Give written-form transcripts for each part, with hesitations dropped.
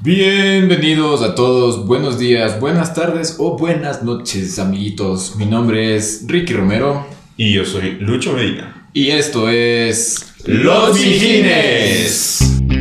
Bienvenidos a todos, buenos días, buenas tardes o buenas noches, amiguitos. Mi nombre es Ricky Romero. Y yo soy Lucho Medina. Y esto es... ¡Los Mijines!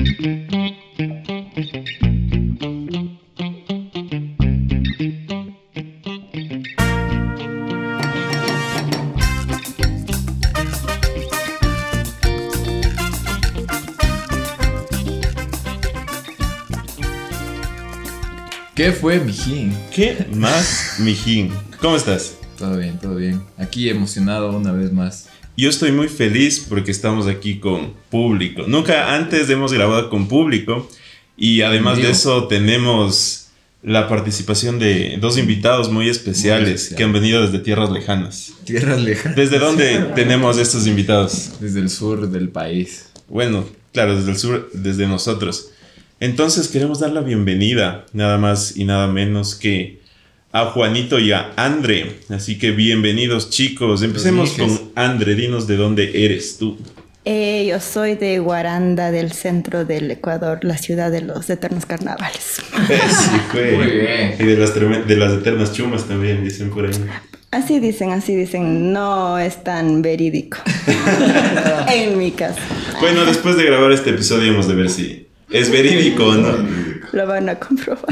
¿Qué fue, mijín? ¿Qué más, mijín? ¿Cómo estás? Todo bien, todo bien. Aquí emocionado una vez más. Yo estoy muy feliz porque estamos aquí con público. Nunca antes hemos grabado con público. Y además de eso tenemos la participación de dos invitados muy especiales que han venido desde tierras lejanas. Tierras lejanas. ¿Desde dónde tenemos estos invitados? Desde el sur del país. Bueno, claro, desde el sur, desde nosotros. Entonces queremos dar la bienvenida, nada más y nada menos que a Juanito y a Andre. Así que bienvenidos, chicos. Empecemos con Andre. Dinos de dónde eres tú. Yo soy de Guaranda, del centro del Ecuador, la ciudad de los eternos carnavales. Sí, fue. Muy bien. Y de las eternas chumas también, dicen por ahí. Así dicen, no es tan verídico. En mi caso. Bueno, después de grabar este episodio hemos de ver si es verídico o no. Lo van a comprobar.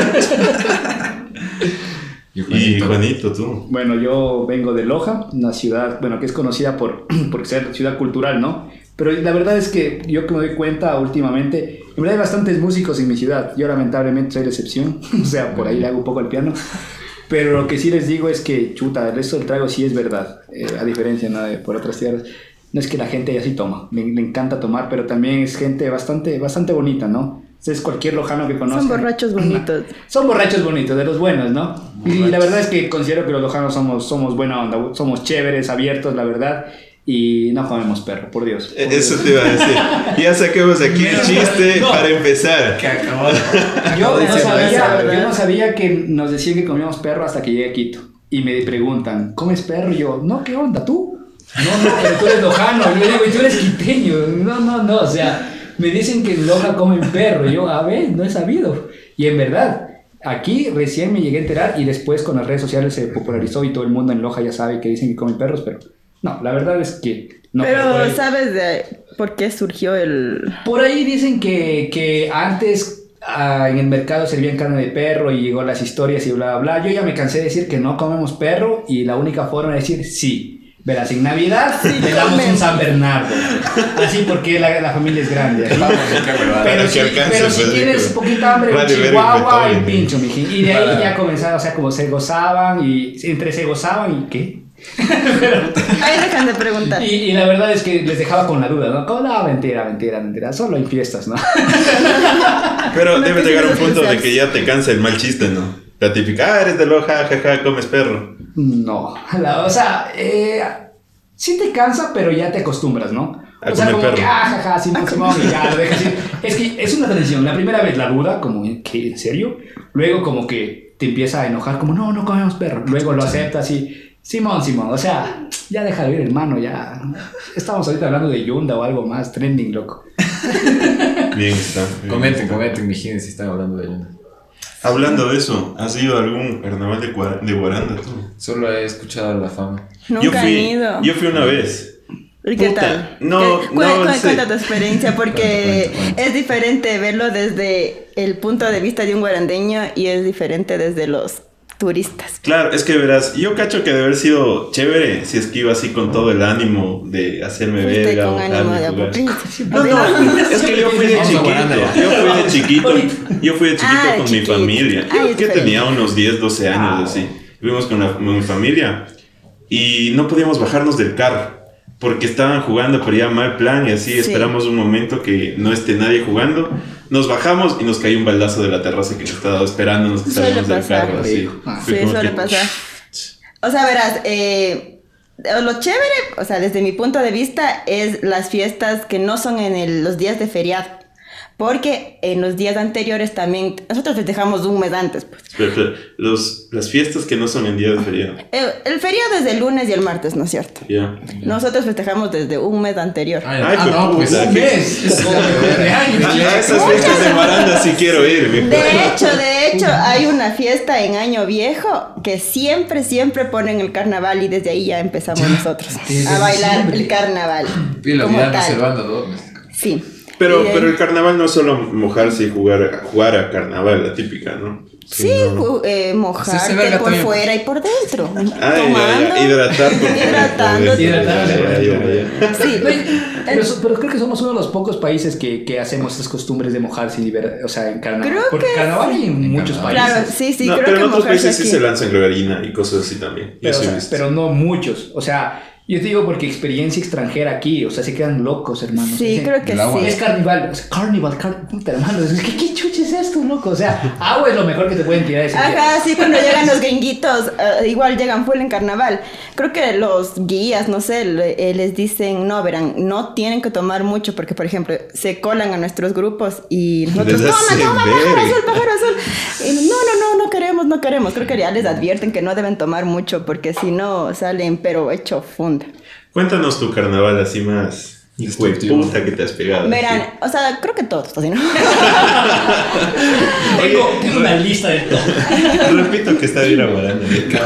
Y Juanito, tú. Bueno, yo vengo de Loja, una ciudad, bueno, que es conocida por ser ciudad cultural, ¿no? Pero la verdad es que yo que me doy cuenta últimamente, en verdad hay bastantes músicos en mi ciudad. Yo lamentablemente soy la excepción, o sea, por ahí le hago un poco el piano. Pero lo que sí les digo es que, chuta, el resto del trago sí es verdad, a diferencia, ¿no?, de por otras tierras. No es que la gente ya sí toma, le encanta tomar, pero también es gente bastante bonita, ¿no? Es cualquier lojano que conozca. Son borrachos bonitos. Son borrachos bonitos, de los buenos, ¿no? Borrachos. Y la verdad es que considero que los lojanos somos buena onda, somos chéveres, abiertos, la verdad. Y no comemos perro, por Dios. Eso te iba a decir. Ya saquemos aquí el chiste para empezar. Que acabó. Yo no sabía que nos decían que comíamos perro hasta que llegué a Quito. Y me preguntan, ¿comes perro? Y yo, no, ¿qué onda? ¿Tú? No, pero tú eres lojano. Y yo digo, y tú eres quiteño. No, o sea, me dicen que en Loja comen perro. Y yo, a ver, no he sabido. Y en verdad, aquí recién me llegué a enterar y después con las redes sociales se popularizó y todo el mundo en Loja ya sabe que dicen que comen perros, pero no, la verdad es que no. Pero ¿sabes de por qué surgió el...? Por ahí dicen que antes en el mercado servían carne de perro y llegó las historias y bla, bla, bla. Yo ya me cansé de decir que no comemos perro y la única forma de decir sí. Verás, en Navidad le damos un San Bernardo. Así porque la familia es grande. Pero si tienes poquita hambre, un chihuahua y un pincho, mijín. Y de ahí ya comenzaron, o sea, como se gozaban y entre se gozaban y ¿qué? Ahí dejan de preguntar. Y la verdad es que les dejaba con la duda, ¿no? Como, no, mentira. Solo en fiestas, ¿no? Pero debe llegar un punto de que ya te cansa el mal chiste, ¿no? La típica, eres de Loja, jaja, comes perro. No, o sea, sí te cansa, pero ya te acostumbras, ¿no? A o sea, como perro. que, jaja, Simón, y ya lo dejas ir. Es que es una transición. La primera vez la duda, como, ¿qué? ¿En serio? Luego como que te empieza a enojar, como, no comemos perro. Luego lo aceptas y, Simón, o sea, ya déjalo ir, hermano, ya. Estamos ahorita hablando de Yunda o algo más, trending, loco. Bien está. Comenten, mijín, si están hablando de Yunda. Hablando de eso, ¿has ido a algún carnaval de Guaranda tú? Solo he escuchado la fama. Nunca han ido. Yo fui una vez. ¿Y qué tal? Cuenta tu experiencia, porque Cuenta. es diferente verlo desde el punto de vista de un guarandeño y es diferente desde los turistas. Claro, es que verás, yo cacho que debe haber sido chévere si es que iba así con todo el ánimo de hacerme verga con o ánimo de jugar. apocalipsis. No, es que yo fui de chiquito con mi familia. Yo que tenía unos 10, 12 años así. Fuimos con mi familia y no podíamos bajarnos del carro porque estaban jugando, pero ya mal plan y así esperamos un momento que no esté nadie jugando. Nos bajamos y nos cayó un baldazo de la terraza que estaba esperándonos que salgamos del carro. Así. Sí, suele pasar. O sea, verás, lo chévere, o sea, desde mi punto de vista, es las fiestas que no son en los días de feriado. porque en los días anteriores también, nosotros festejamos un mes antes, pues. Pero las fiestas que no son en día de feriado. El feriado es el lunes y el martes, ¿no es cierto? Ya. Nosotros festejamos desde un mes anterior. No, pues un mes. Esas fiestas de Guaranda sí quiero ir. De hecho, hay una fiesta en Año Viejo que siempre ponen el carnaval y desde ahí ya empezamos nosotros a bailar el carnaval. Y la vida reservando dos. Sí. Pero el carnaval no es solo mojarse y jugar a carnaval, la típica, ¿no? Sí, mojarte por fuera y por dentro. Tomando. Hidratándote. Sí, pero creo que somos uno de los pocos países que hacemos estas costumbres de mojarse y en carnaval. Porque carnaval hay en muchos países. Claro, sí, no, creo pero que en otros países aquí sí se lanzan gregarina y cosas así también. Pero no muchos. O sea, yo te digo porque experiencia extranjera aquí, o sea, se quedan locos, hermano. Sí, creo que sí. Es carnaval, puta, hermano, ¿qué chucha es esto, loco? O sea, agua es lo mejor que te pueden tirar ese día. Ajá, sí, cuando llegan los gringuitos, igual llegan full en carnaval. Creo que los guías, no sé, les dicen, no, verán, no tienen que tomar mucho porque, por ejemplo, se colan a nuestros grupos y nosotros, toma, pájaro azul. Y no queremos. Creo que ya les advierten que no deben tomar mucho porque si no salen, pero hecho funda. Cuéntanos tu carnaval así más puta que te has pegado. Verán, o sea, creo que todos, así, ¿no? Tengo una lista de todo. Repito que está bien amarando.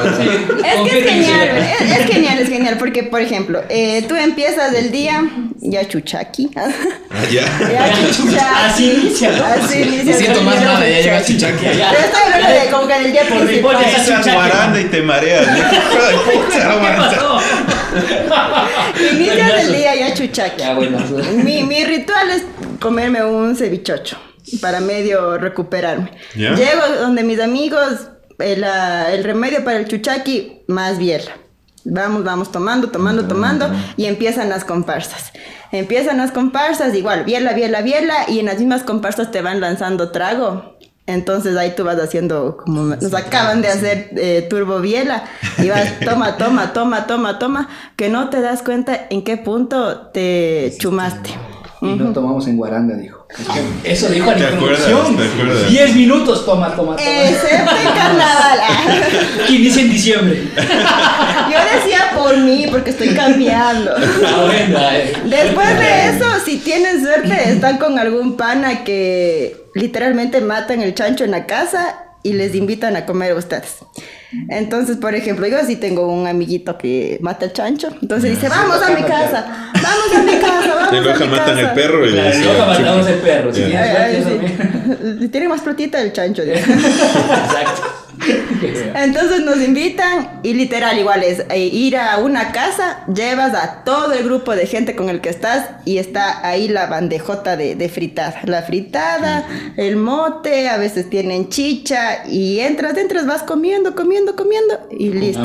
Es genial, porque, por ejemplo, tú empiezas el día, ya chuchaqui. Ya chuchaqui. Así inicia. No siento más nada, ya llega chuchaqui. Pero estoy hablando de como que del día principal. Estás amarando y te mareas. ¿Qué pasó? Inicias el día ya chuchaqui. Ya, bueno. Mi ritual es comerme un cevichocho para medio recuperarme. ¿Ya? Llego donde mis amigos, el remedio para el chuchaqui, más biela. Vamos tomando y empiezan las comparsas. Igual, biela, y en las mismas comparsas te van lanzando trago. Entonces ahí tú vas haciendo como nos acaban de hacer turbo biela y vas toma, que no te das cuenta en qué punto te chumaste. Y no tomamos en Guaranda, dijo. Eso dijo a la introducción. 10 minutos, toma. Excepto en carnaval. Que inicia en diciembre. Yo decía por mí, porque estoy cambiando. Después de eso, si tienen suerte, están con algún pana que literalmente matan el chancho en la casa y les invitan a comer a ustedes. Entonces, por ejemplo, yo sí tengo un amiguito que mata el chancho. Entonces dice, vamos a mi casa. En Loja matan el perro y Loja matamos el perro. Si tiene más platita el chancho. Exacto. Entonces nos invitan y literal igual es ir a una casa, llevas a todo el grupo de gente con el que estás y está ahí la bandejota de fritada. La fritada, el mote, a veces tienen chicha y entras, vas comiendo y listo.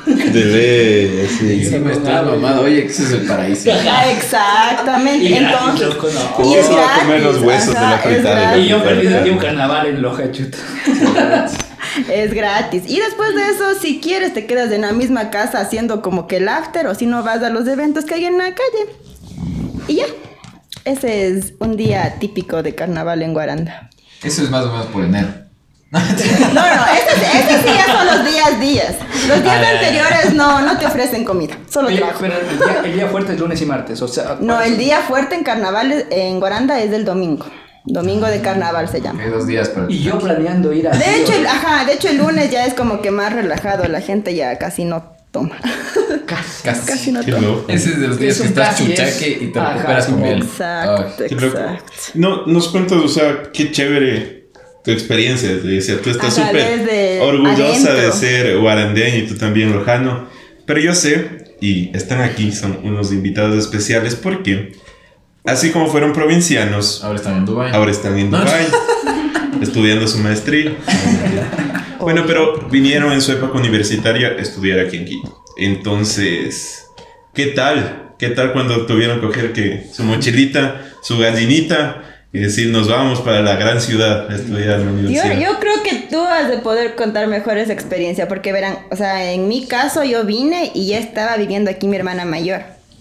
Sí, me está mamado. Oye, ese es el paraíso. Exactamente. Entonces, y es gratis. Comer los huesos de la fritada. Y yo perdí aquí un carnaval en Loja, chuta. Es gratis. Y después de eso, si quieres, te quedas en la misma casa haciendo como que el after, o si no, vas a los eventos que hay en la calle. Y ya. Ese es un día típico de carnaval en Guaranda. Eso es más o menos por enero. No, estos días son los días. Los días anteriores no te ofrecen comida, solo trabajo. Pero el día fuerte es lunes y martes, o sea... No, el día fuerte en carnaval en Guaranda es el domingo. Domingo de carnaval se llama. Hay 2 días para... Y yo planeando ir a... De hecho el lunes ya es como que más relajado, la gente ya casi no toma. Casi no toma. Ese es de los días que estás chuchaque y te recuperas con miel. Exacto. No, nos cuentas, o sea, qué chévere tu experiencia. O sea, tú estás súper orgullosa de ser guarandeño y tú también lojano. Pero yo sé, y están aquí, son unos invitados especiales porque... Así como fueron provincianos, ahora están en Dubái. Estudiando su maestría. Bueno, pero vinieron en su época universitaria a estudiar aquí en Quito. Entonces, ¿qué tal? ¿Qué tal cuando tuvieron que coger su mochilita, su gallinita y decir, nos vamos para la gran ciudad a estudiar en la universidad? Yo creo que tú has de poder contar mejor esa experiencia, porque verán, o sea, en mi caso yo vine y ya estaba viviendo aquí mi hermana mayor.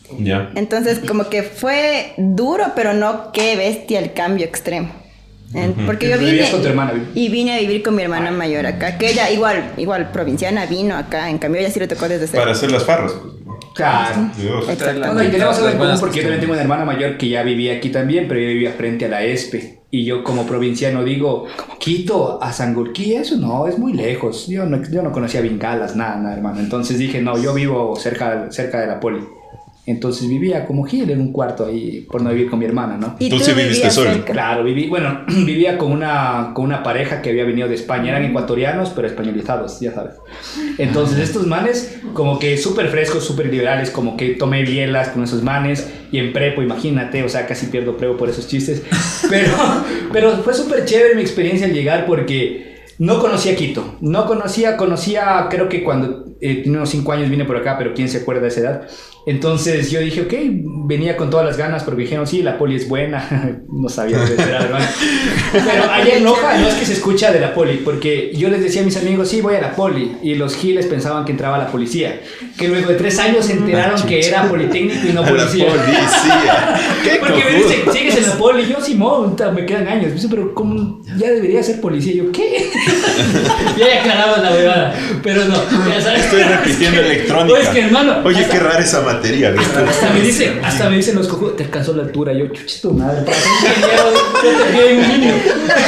Ya. Entonces, como que fue duro, pero no qué bestia el cambio extremo. Porque yo vine con tu hermana, y vine a vivir con mi hermana mayor acá, que ella igual provinciana vino acá, en cambio ella sí le tocó desde cero. Para hacer las farras. Claro. Exacto. Y tenemos algo en común porque yo también tengo una hermana mayor que ya vivía aquí también, pero yo vivía frente a la ESPE. Y yo como provinciano digo, Quito a Sangolquí, eso no, es muy lejos. Yo no conocía Bengalas, nada, hermano. Entonces dije, no, yo vivo cerca de la poli. Entonces vivía como Gil en un cuarto ahí, por no vivir con mi hermana, ¿no? ¿Y tú sí viviste solo? Claro, vivía con una pareja que había venido de España. Eran ecuatorianos, pero españolizados, ya sabes. Entonces estos manes, como que súper frescos, súper liberales, como que tomé bielas con esos manes. Y en prepo, imagínate, o sea, casi pierdo prepo por esos chistes. Pero fue súper chévere mi experiencia al llegar porque no conocía Quito. Conocía, creo que cuando tenía unos 5 años vine por acá, pero ¿quién se acuerda de esa edad? Entonces yo dije, ok, venía con todas las ganas porque dijeron, sí, la poli es buena. No sabía de ser hermano. Pero allá en Loja no es que se escucha de la poli, porque yo les decía a mis amigos, sí, voy a la poli. Y los giles pensaban que entraba a la policía. Que luego de 3 años se enteraron que era politécnico y no policía. La policía. Porque me dicen, ¿sigues en la poli? Y yo, Simón, me quedan años. Me dice, pero ¿cómo ya debería ser policía? Y yo, ¿qué? Ya aclaraba la huevada. Pero no, ya sabes. Estoy repitiendo electrónica. Pues que, hermano. Oye, qué rara esa materia. Hasta me dicen los cojudos, te alcanzó la altura. Yo, chuchito madre, para ser ingeniero, yo te pido un niño.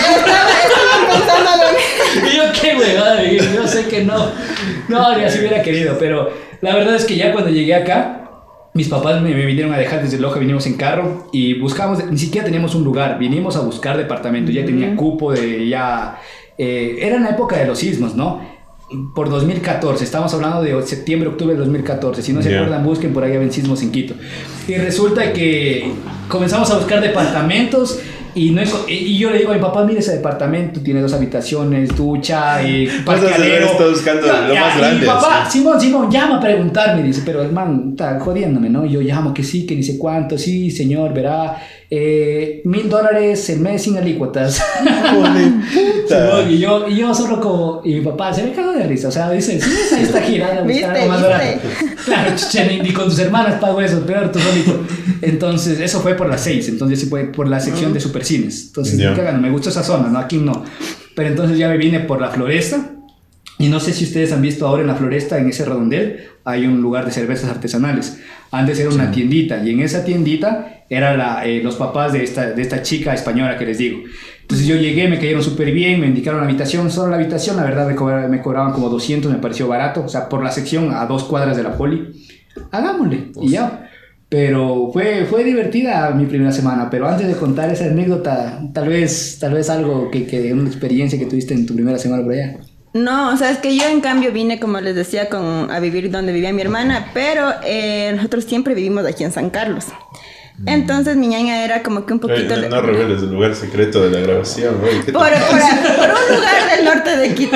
Y yo, qué huevada, yo sé que no, ya si hubiera querido, pero la verdad es que ya cuando llegué acá, mis papás me vinieron a dejar desde Loja, vinimos en carro y buscábamos, ni siquiera teníamos un lugar, vinimos a buscar departamento, ya tenía cupo era en la época de los sismos, ¿no? Por 2014, estamos hablando de septiembre, octubre de 2014. Si no se acuerdan, busquen, por ahí había sismos en Quito. Y resulta que comenzamos a buscar departamentos y yo le digo a mi papá, mire ese departamento, tiene 2 habitaciones, ducha, parqueadero. Está buscando lo más grande. Y mi papá, Simón, llama a preguntarme, dice, pero hermano, está jodiéndome, ¿no? Y yo llamo que sí, que ni sé cuánto, sí, señor, verá, $1,000 el mes sin alícuotas. Simón, y yo solo como, y mi papá se me cagó de risa, o sea, dice, sí, ahí está girando a buscar algo más barato. Claro, ni con tus hermanas pago eso, peor tú solito. Entonces, eso fue por las 6, entonces sí fue por la sección de supercines. Entonces, me gusta esa zona, ¿no? Aquí no. Pero entonces ya me vine por la Floresta. Y no sé si ustedes han visto ahora en la Floresta, en ese redondel, hay un lugar de cervezas artesanales. Antes era una tiendita, y en esa tiendita eran los papás de esta chica española que les digo. Entonces yo llegué, me cayeron súper bien, me indicaron la habitación, solo la habitación, la verdad me cobraban como 200, me pareció barato, o sea, por la sección a 2 cuadras de la poli. Hagámosle, y ya. Pero fue divertida mi primera semana. Pero antes de contar esa anécdota, tal vez algo que una experiencia que tuviste en tu primera semana por allá. No, o sea, es que yo en cambio vine, como les decía, a vivir donde vivía mi hermana, pero nosotros siempre vivimos aquí en San Carlos. Entonces mi ñaña era como que un poquito... No reveles el lugar secreto de la grabación, güey. Por un lugar del norte de Quito.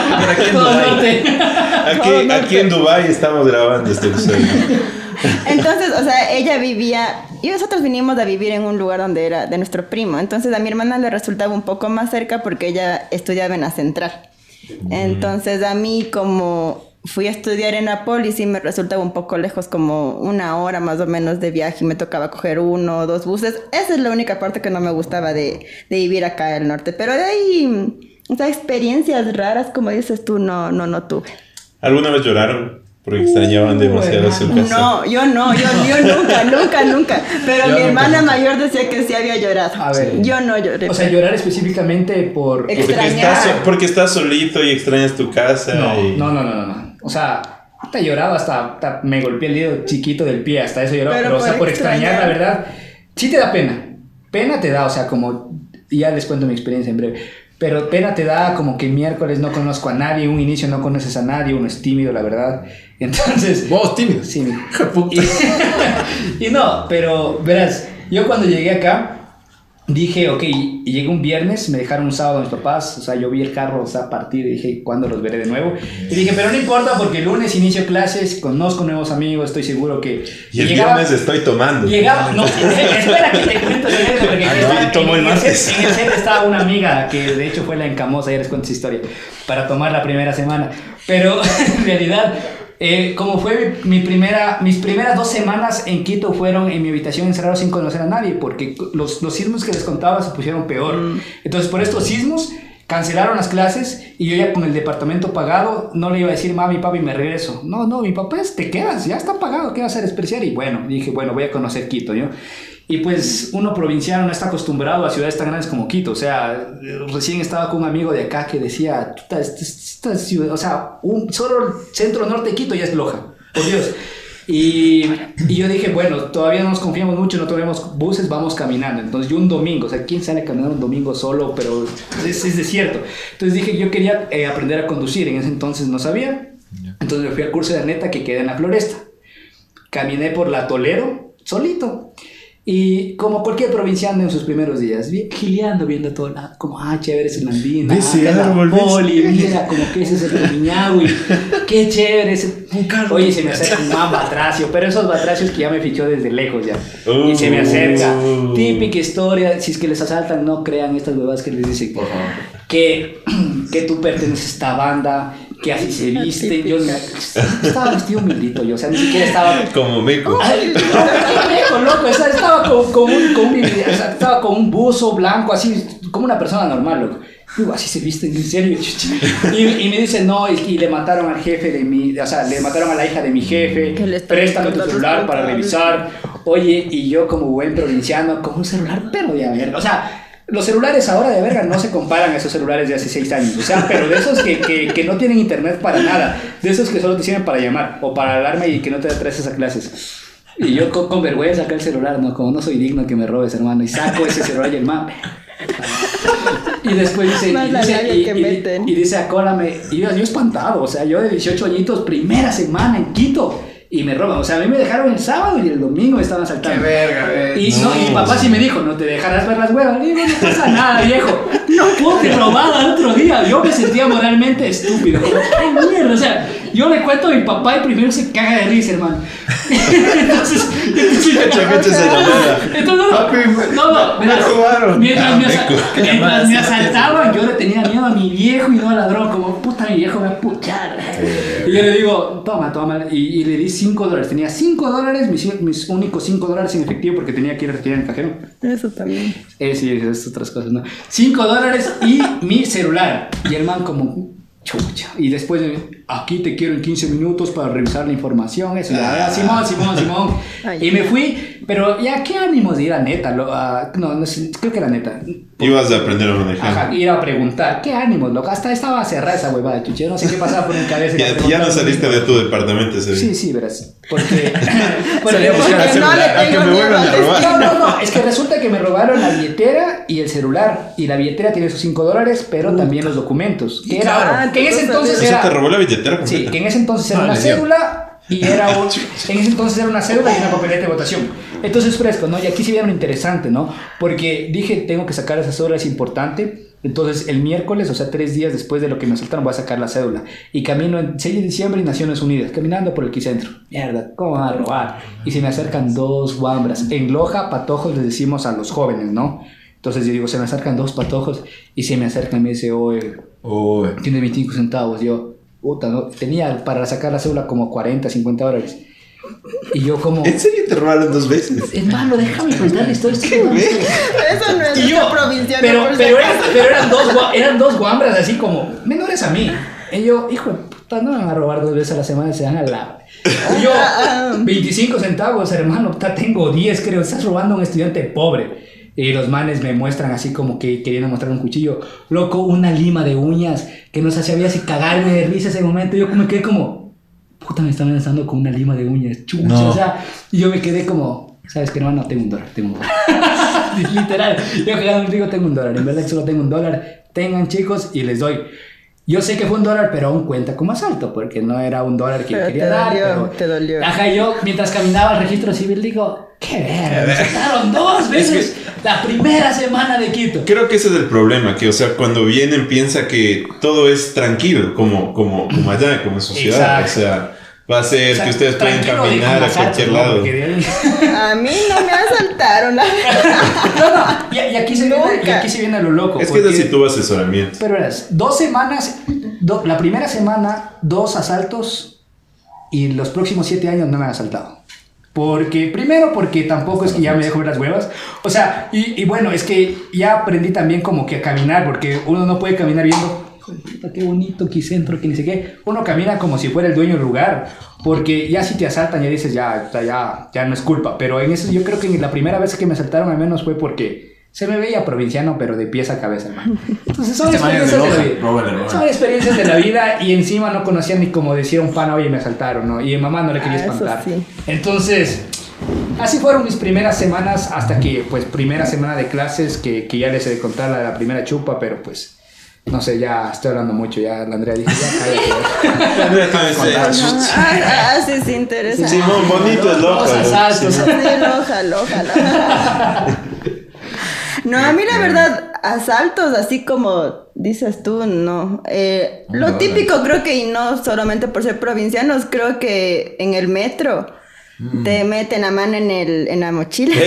Aquí en Dubái estamos grabando este episodio. Entonces, o sea, ella vivía... Y nosotros vinimos a vivir en un lugar donde era de nuestro primo. Entonces a mi hermana le resultaba un poco más cerca porque ella estudiaba en la central. Entonces a mí, como fui a estudiar en Nápoles, y me resultaba un poco lejos, como 1 hora más o menos de viaje, y me tocaba coger 1 o 2 buses. Esa es la única parte que no me gustaba de vivir acá en el norte. Pero de ahí, o sea, experiencias raras, como dices tú, no tuve. ¿Alguna vez lloraron porque extrañaban demasiado su casa? No, yo nunca. Pero mi hermana mayor decía que sí había llorado. A ver, yo no lloré. O sea, llorar específicamente por extrañar. Porque estás solito y extrañas tu casa. No. O sea, te lloraba hasta me golpeé el dedo chiquito del pie, hasta eso lloraba. Pero o sea, por extrañar, la verdad, sí te da pena. Pena te da, o sea, como... Ya les cuento mi experiencia en breve. Pero pena te da como que miércoles no conozco a nadie, un inicio no conoces a nadie, uno es tímido, la verdad. Entonces... ¿Vos tímido? Sí, y no, pero verás, yo cuando llegué acá dije, ok, y llegué un viernes, me dejaron un sábado mis papás, o sea, yo vi el carro, o sea, partir y dije, ¿cuándo los veré de nuevo? Y dije, pero no importa porque el lunes inicio clases, conozco nuevos amigos, estoy seguro que... Y el viernes estoy tomando. Espera que te cuento, porque tomo el martes. En el set estaba una amiga que de hecho fue la encamosa, ya les cuento esa historia, para tomar la primera semana. Pero en realidad... Como fue mis primeras 2 semanas en Quito fueron en mi habitación encerrado sin conocer a nadie, porque los sismos que les contaba se pusieron peor. Entonces, por estos sismos cancelaron las clases y yo ya con el departamento pagado no le iba a decir mami, papi, me regreso. No, mi papá te quedas, ya está pagado, ¿qué vas a despreciar? Y bueno, dije, bueno, voy a conocer Quito, ¿yo? Y pues uno provinciano no está acostumbrado a ciudades tan grandes como Quito. O sea, recién estaba con un amigo de acá que decía, esta ciudad, o sea, solo el centro norte de Quito ya es Loja, por Dios. Y yo dije, bueno, todavía no nos confiamos mucho, no tenemos buses, vamos caminando. Entonces yo un domingo, o sea, ¿quién sale a caminar un domingo solo? Pero es desierto. Entonces dije, yo quería aprender a conducir, en ese entonces no sabía. Entonces me fui al curso de neta que queda en la Floresta. Caminé por la Toledo, solito. Y como cualquier provinciano en sus primeros días, gileando, viendo todo, como, chévere es el Andina, la Poli, mira, como que ese es el Miñahui, qué chévere ese. Oye, se me acerca un man batracio, pero esos batracios que ya me fichó desde lejos ya. Y se me acerca, típica historia, si es que les asaltan, no crean estas huevadas que les dicen, que tú perteneces a esta banda, que así se viste. Yo estaba vestido humildito, yo, o sea, ni siquiera estaba como meco. Loco, estaba estaba con un buzo blanco, así como una persona normal, loco. Así se visten, en serio. Y me dicen, no, y le mataron al jefe de mi, o sea, le mataron a la hija de mi jefe, préstame tu celular para revisar. Oye, y yo como buen provinciano, con un celular, pero de verga, o sea, los celulares ahora de verga no se comparan a esos celulares de hace 6 años, o sea, pero de esos que no tienen internet para nada, de esos que solo te sirven para llamar o para alarma y que no te traes a clases. Y yo con vergüenza saqué el celular, ¿no? Como no soy digno que me robes, hermano, y saco ese celular y el man. Y después dice, acólame. Y yo espantado, o sea, yo de 18 añitos, primera semana en Quito. Y me roban, o sea, a mí me dejaron el sábado y el domingo me estaban asaltando. ¡Qué verga! Y mi papá sí me dijo, no te dejarás ver las huevas. Le digo, no pasa nada, viejo. No puedo que robaba el otro día. Yo me sentía moralmente estúpido. ¡Ay, mierda! O sea, yo le cuento a mi papá y primero se caga de risa, hermano. Entonces mientras me asaltaban, yo le tenía miedo a mi viejo y no al ladrón. Como, puta, mi viejo me va a puchar. Y yo le digo, toma. Y le di $5. Tenía $5, mis únicos $5 en efectivo porque tenía que ir a retirar el cajero. Eso también. Sí, esas otras cosas, ¿no? $5 y mi celular. Y el man como, chucha. Y después, aquí te quiero en 15 minutos para revisar la información. Eso, Simón. Y me fui, pero ya, ¿qué ánimos de ir a neta? No sé, creo que era neta. Ibas a aprender a manejar. Ajá, ir a preguntar, ¿qué ánimos, loco? Hasta estaba cerrada esa huevada, chucha. Yo no sé qué pasaba por mi cabeza. Ya no saliste de tu departamento ese día. Sí, verás. Porque no le tengo miedo a robar. No, es que resulta que me robaron la billetera y el celular. Y la billetera tiene esos $5, pero también los documentos. Que en ese entonces era... ¿Eso te robó la billetera completa? Sí, que en ese entonces era una cédula... Y en ese entonces era una cédula y una papeleta de votación. Entonces fresco, ¿no? Y aquí sí viene lo interesante, ¿no? Porque dije, tengo que sacar esa cédula, es importante. Entonces el miércoles, o sea, 3 días después de lo que me asaltaron, voy a sacar la cédula. Y camino en 6 de diciembre y Naciones Unidas, caminando por el Quicentro. Mierda, ¿cómo van a robar? Y se me acercan 2 guambras. En Loja, patojos les decimos a los jóvenes, ¿no? Entonces yo digo, se me acercan 2 patojos y se me acercan y me dice, oye, tiene 25 centavos. Yo... Puta, ¿no? Tenía para sacar la cédula como $40, $50. Y yo como... ¿En serio te robaron 2 veces? Hermano, déjame contar la historia. Eso no es provinciano. Pero eran 2 guambras así como menores a mí. Y yo, hijo de puta, no van a robar 2 veces a la semana, se dan al lado. Y yo, 25 centavos, hermano, tengo 10, creo. Estás robando a un estudiante pobre. Y los manes me muestran así como que querían mostrar un cuchillo. Loco, una lima de uñas que no sabía si cagarme de risa ese momento. Yo me quedé como, puta, me están amenazando con una lima de uñas. Chucha, no. O sea, y yo me quedé como, ¿sabes qué, hermano? Tengo un $1. Literal, yo digo, tengo $1. En verdad que solo tengo $1. Tengan, chicos, y les doy. Yo sé que fue $1, pero aún cuenta como asalto, porque no era $1 que yo quería dar. Pero te dolió. Ajá, yo mientras caminaba al registro civil digo, qué verga, me saltaron 2 veces la primera semana de Quito. Creo que ese es el problema, que o sea, cuando vienen piensa que todo es tranquilo, como allá, como en su ciudad. Exacto. O sea, va a ser que ustedes pueden caminar a cualquier lado. A mí no me asaltaron. No, y aquí se viene lo loco. Es que es así tu asesoramiento. Pero verás, 2 semanas, la primera semana, 2 asaltos y los próximos 7 años no me han asaltado. Primero porque tampoco es que ya me dejo ver las huevas. O sea, y bueno, es que ya aprendí también como que a caminar, porque uno no puede caminar viendo, hijo de puta, qué bonito, qué centro, que ni sé qué. Uno camina como si fuera el dueño del lugar, porque ya si te asaltan ya dices, ya no es culpa. Pero en eso yo creo que la primera vez que me asaltaron al menos fue porque se me veía provinciano, pero de pies a cabeza, hermano. Entonces son experiencias de la vida. Son experiencias de la vida y encima no conocía ni como decía un pana, oye, me asaltaron, ¿no? Y mi mamá no le quería espantar. Sí. Entonces, así fueron mis primeras semanas hasta que, pues, primera semana de clases que ya les he de contar la primera chupa, pero pues, no sé, ya estoy hablando mucho, ya la Andrea dijo, ya cállate. La Andrea tiene que contar. Sí, es interesante. Sí, bonito es loco. Sí, loja. No, a mí la verdad, asaltos así como dices tú, no. Lo típico creo que, y no solamente por ser provincianos, creo que en el metro te meten la mano en la mochila.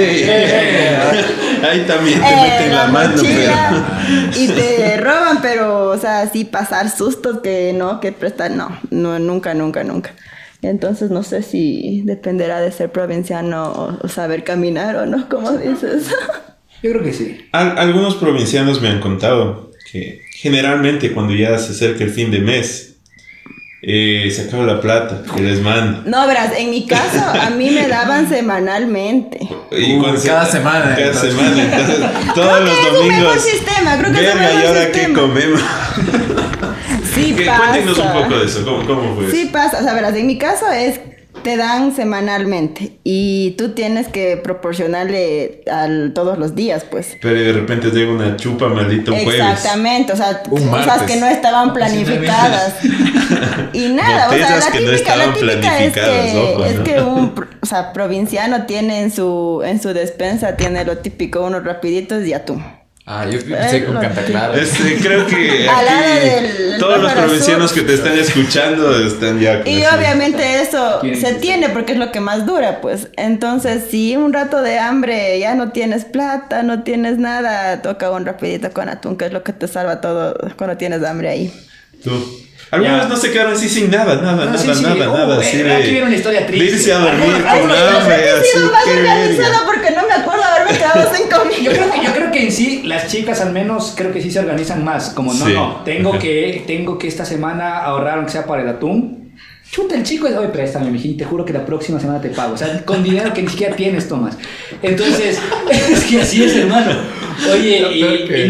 Ahí también te meten la mano, pero... Y te roban, pero, o sea, sí pasar sustos que prestar, no, nunca. Entonces no sé si dependerá de ser provinciano o saber caminar o no, como dices. Yo creo que sí. Algunos provincianos me han contado que generalmente cuando ya se acerca el fin de mes, se acaba la plata que les mando. No, verás, en mi caso a mí me daban semanalmente. Y cada semana. Entonces, todos los domingos. Es un mejor sistema, creo que es un mejor sistema. ¿Y ahora qué comemos? Sí pasa. Cuéntenos un poco de eso, ¿cómo fue eso? Sí pasa, o sea, verás, en mi caso te dan semanalmente y tú tienes que proporcionarle todos los días, pues. Pero de repente llega una chupa maldita un jueves. Exactamente, o sea, cosas que no estaban planificadas. Y nada, o sea, la típica es que un provinciano tiene en su despensa, tiene lo típico, unos rapiditos y atún. Yo pensé con Cantaclaro. Creo que aquí todos los provincianos que te están escuchando están ya con y eso. Obviamente eso se tiene porque es lo que más dura, pues. Entonces, si un rato de hambre ya no tienes plata, no tienes nada, toca un rapidito con atún, que es lo que te salva todo cuando tienes hambre ahí. Tú. Algunos no se quedaron así sin nada. Así aquí viene una historia triste. De irse a dormir con hambre. He sido más organizada porque no me acuerdo haberme quedado sin comida. Yo creo que en sí, las chicas al menos, creo que sí se organizan más. Como, tengo que esta semana ahorrar aunque sea para el atún. Chuta, el chico es, oye, préstame, mijín, te juro que la próxima semana te pago. O sea, con dinero que ni siquiera tienes, tomas. Entonces, es que así es, hermano. Oye,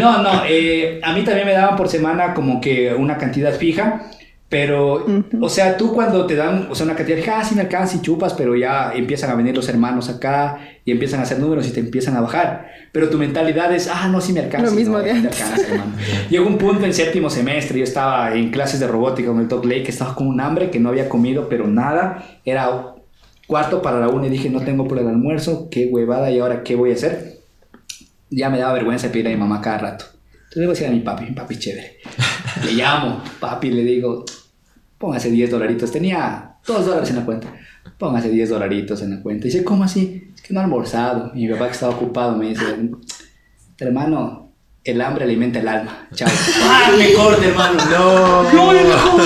a mí también me daban por semana como que una cantidad fija. Pero, o sea, tú cuando te dan, o sea, una cantidad fija, sí me alcanza y chupas, pero ya empiezan a venir los hermanos acá y empiezan a hacer números y te empiezan a bajar. Pero tu mentalidad es, no, sí me alcanza. Lo mismo de antes. Llegó un punto en séptimo semestre, yo estaba en clases de robótica con el Top Lake, estaba con un hambre que no había comido, pero nada. Era 1:45 y dije, no tengo por el almuerzo, qué huevada, ¿y ahora qué voy a hacer? Ya me daba vergüenza pedirle a mi mamá cada rato. Entonces le voy a decir a mi papi chévere. Le llamo, papi, le digo, póngase $10. Tenía $2 en la cuenta. Póngase $10 en la cuenta. Y dice, ¿cómo así? Es que no he almorzado. Y mi papá, que estaba ocupado, me dice, hermano, el hambre alimenta el alma. Chao. Me corta, hermano. No me dejó.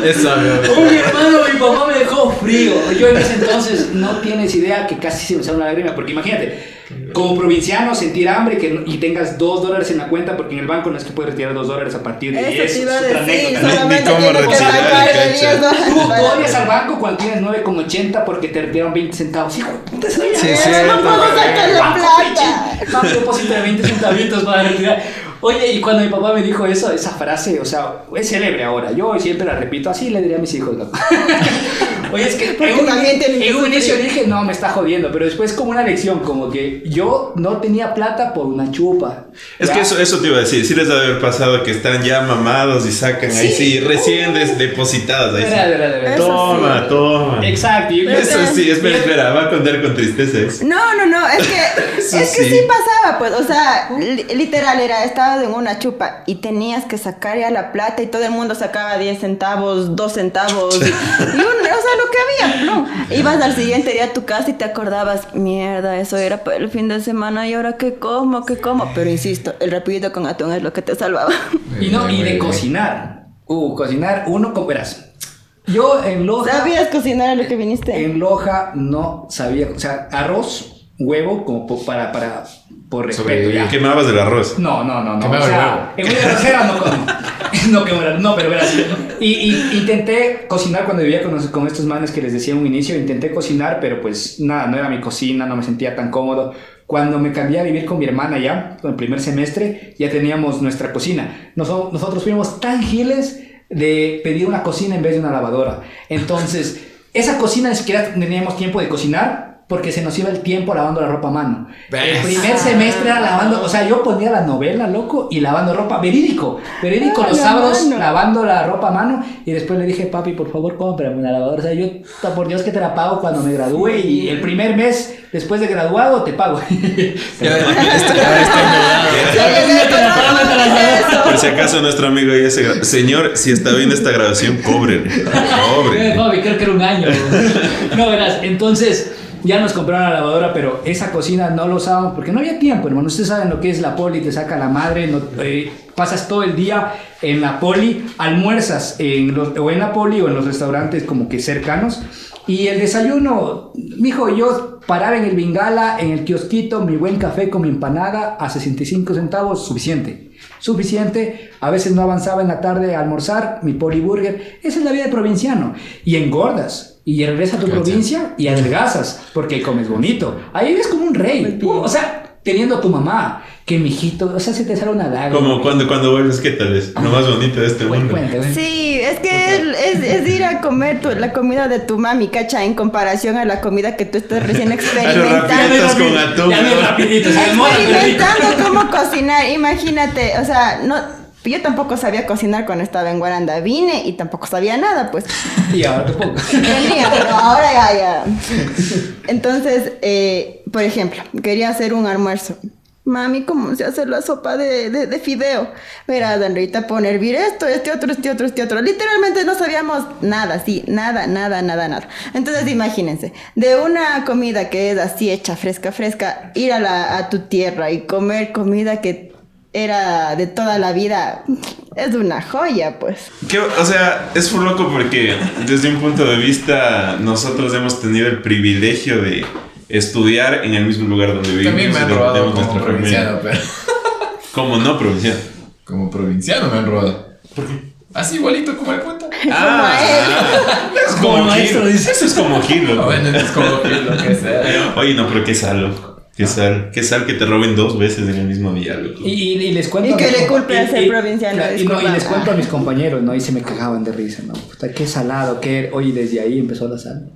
Oye, hermano, mi papá me dejó frío. Yo en ese entonces no tienes idea que casi se me sale una lágrima. Porque imagínate, como provinciano, sentir hambre y tengas $2 en la cuenta, porque en el banco no es que puedes retirar $2 a partir de 10. Es otra anécdota. Ni cómo retirar. Tú odias al banco cuando tienes 9,80 porque te retiraron 20 centavos. Hijo de puta, no puedo sacar la plata. El banco deposita 20 centavitos para retirar. Oye, y cuando mi papá me dijo eso, esa frase, o sea, es célebre ahora. Yo siempre la repito, así le diría a mis hijos, ¿no? Oye, es que en un inicio dije, no, me está jodiendo, pero después como una lección, como que yo no tenía plata por una chupa. Es que eso te iba a decir, sí les debe haber pasado que están ya mamados y sacan ahí, recién depositados ahí. Toma. Exacto. Eso sí, espera, va a contar con tristeza eso. No, es que sí pasaba, pues, o sea, literal estabas en una chupa y tenías que sacar ya la plata y todo el mundo sacaba 10 centavos, 2 centavos, o sea, lo que había, ¿no? Ibas al siguiente día a tu casa y te acordabas, mierda, eso era para el fin de semana y ahora ¿qué como? Pero insisto, el rapidito con atún es lo que te salvaba. Y de cocinar. Cocinar, uno, verás, Yo en Loja... ¿Sabías cocinar a lo que viniste? En Loja no sabía, o sea, arroz, huevo, como por respeto. Ya. ¿Quemabas el arroz? No. O sea, en una arrocera no, pero verás. Y intenté cocinar cuando vivía con estos manes que les decía en un inicio. Intenté cocinar, pero pues nada, no era mi cocina, no me sentía tan cómodo. Cuando me cambié a vivir con mi hermana ya, en el primer semestre, ya teníamos nuestra cocina. Nosotros fuimos tan giles de pedir una cocina en vez de una lavadora. Entonces, esa cocina ni siquiera teníamos tiempo de cocinar porque se nos iba el tiempo lavando la ropa a mano. El primer semestre era lavando, o sea, yo ponía la novela, loco, y lavando ropa, verídico los sábados lavando la ropa a mano, y después le dije, papi, por favor, cómprame una lavadora. O sea, yo, por Dios que te la pago cuando me gradúe, y el primer mes después de graduado te pago. Por si acaso nuestro amigo ya se graduó. Señor, si está bien esta grabación, cóbrele. Papi, creo que era un año. No, verás, entonces... Ya nos compraron la lavadora, pero esa cocina no lo usábamos porque no había tiempo, hermano. Ustedes saben lo que es la poli, te saca la madre, pasas todo el día en la poli, almuerzas o en la poli o en los restaurantes como que cercanos. Y el desayuno, mijo, yo paraba en el Bingala, en el kiosquito, mi buen café con mi empanada a 65 centavos, suficiente. A veces no avanzaba en la tarde a almorzar, mi poliburger. Esa es la vida de provinciano. Y engordas. Y regresas a tu provincia y adelgazas, porque comes bonito. Ahí eres como un rey. O sea, teniendo a tu mamá, que mijito, o sea, se te sale una daga. Como cuando vuelves, ¿qué tal es? Lo más bonito de este mundo. Sí, es que es ir a comer la comida de tu mami, ¿cacha? En comparación a la comida que tú estás recién experimentando. Experimentando cómo cocinar, imagínate, o sea, yo tampoco sabía cocinar cuando estaba en Guaranda. Vine y tampoco sabía nada, pues. Y ahora tampoco. Venía, pero ahora ya. Entonces, por ejemplo, quería hacer un almuerzo. Mami, ¿cómo se hace la sopa de fideo? Verás, Andreita, pone a hervir este otro. Literalmente no sabíamos nada, sí, nada. Entonces, imagínense, de una comida que es así hecha, fresca, ir a tu tierra y comer comida que era de toda la vida, es una joya, pues. O sea, es muy loco porque desde un punto de vista nosotros hemos tenido el privilegio de estudiar en el mismo lugar donde vivimos. También me han robado como provinciano, pero... ¿Cómo no provinciano? Como provinciano me han robado. ¿Por qué? Así igualito como el cuento. Es como maestro, dice. Eso es como Gilo. Bueno, es como Gilo, que sea. Oye, no, pero qué sal. Qué sal que te roben 2 veces en el mismo día, loco. Y les cuento. Y que le culpe a ser provinciano. Y les cuento a mis compañeros, ¿no? Y se me cagaban de risa, ¿no? Puta, qué salado, oye, desde ahí empezó la sal.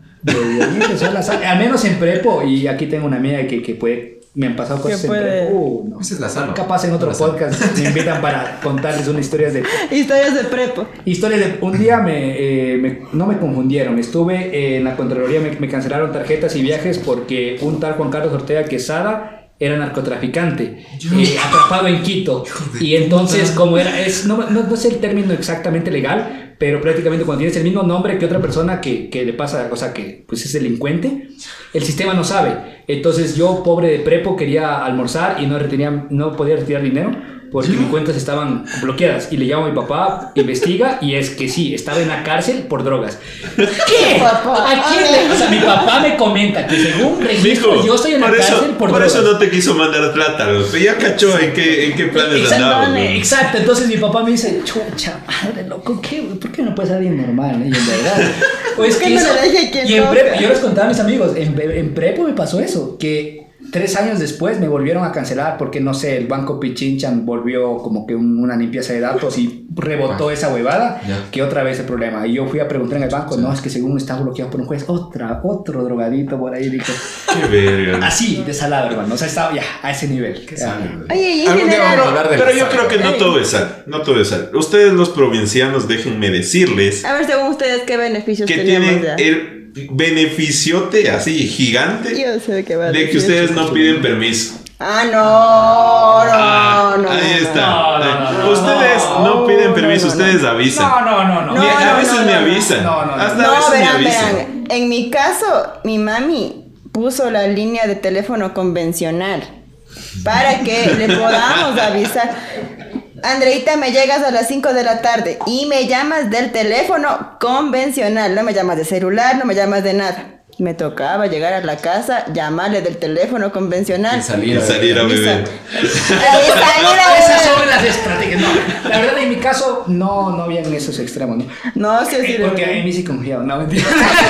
Al menos en prepo, y aquí tengo una amiga que puede. Me han pasado cosas en prepo. No. Esa es la sal. Capaz en otro podcast me invitan para contarles unas historias de prepo. Un día no me confundieron. Estuve en la Contraloría, me cancelaron tarjetas y viajes porque un tal Juan Carlos Ortega Quesada era narcotraficante, atrapado en Quito. Y entonces, como no sé el término exactamente legal, pero prácticamente cuando tienes el mismo nombre que otra persona que le pasa, o sea, que pues es delincuente, el sistema no sabe. Entonces yo, pobre de prepo, quería almorzar y no podía retirar dinero porque mis cuentas estaban bloqueadas. Y le llamo a mi papá, investiga, y es que sí, estaba en la cárcel por drogas. ¿Qué? ¿A quién? O sea, mi papá me comenta que según registro, yo estoy en la cárcel por drogas. Por eso no te quiso mandar plata, pero ya cachó en qué planes andaba. Exacto, entonces mi papá me dice, chucha madre, loco, ¿por qué no puedes ser alguien normal? Y en verdad, pues que eso, y en prepo, yo les contaba a mis amigos, en prepo me pasó eso, que 3 años después me volvieron a cancelar porque, no sé, el banco Pichinchan volvió como que una limpieza de datos y rebotó esa huevada, que otra vez el problema. Y yo fui a preguntar en el banco, no, es que según está bloqueado por un juez, otro drogadito por ahí, dijo. Qué verga. Así, de salado, hermano. O sea, estaba ya a ese nivel. Oye, pero yo creo que no todo es sal. Ustedes, los provincianos, déjenme decirles. A ver, según ustedes, ¿qué beneficios que tienen el beneficiote así gigante de que ustedes no piden permiso. No. Ahí está. Ustedes no piden permiso, ustedes avisan. No. A veces me avisan. Hasta a veces me avisan. Verán. En mi caso, mi mami puso la línea de teléfono convencional para que le podamos avisar. Andreita, me llegas a las 5 de la tarde y me llamas del teléfono convencional, no me llamas de celular, no me llamas de nada. Me tocaba llegar a la casa, llamarle del teléfono convencional y salir a beber. Esas son las estrategias. No, la verdad en mi caso no había en esos extremos, ¿no? No, sí, porque a mí sí confiaba, no, mentira.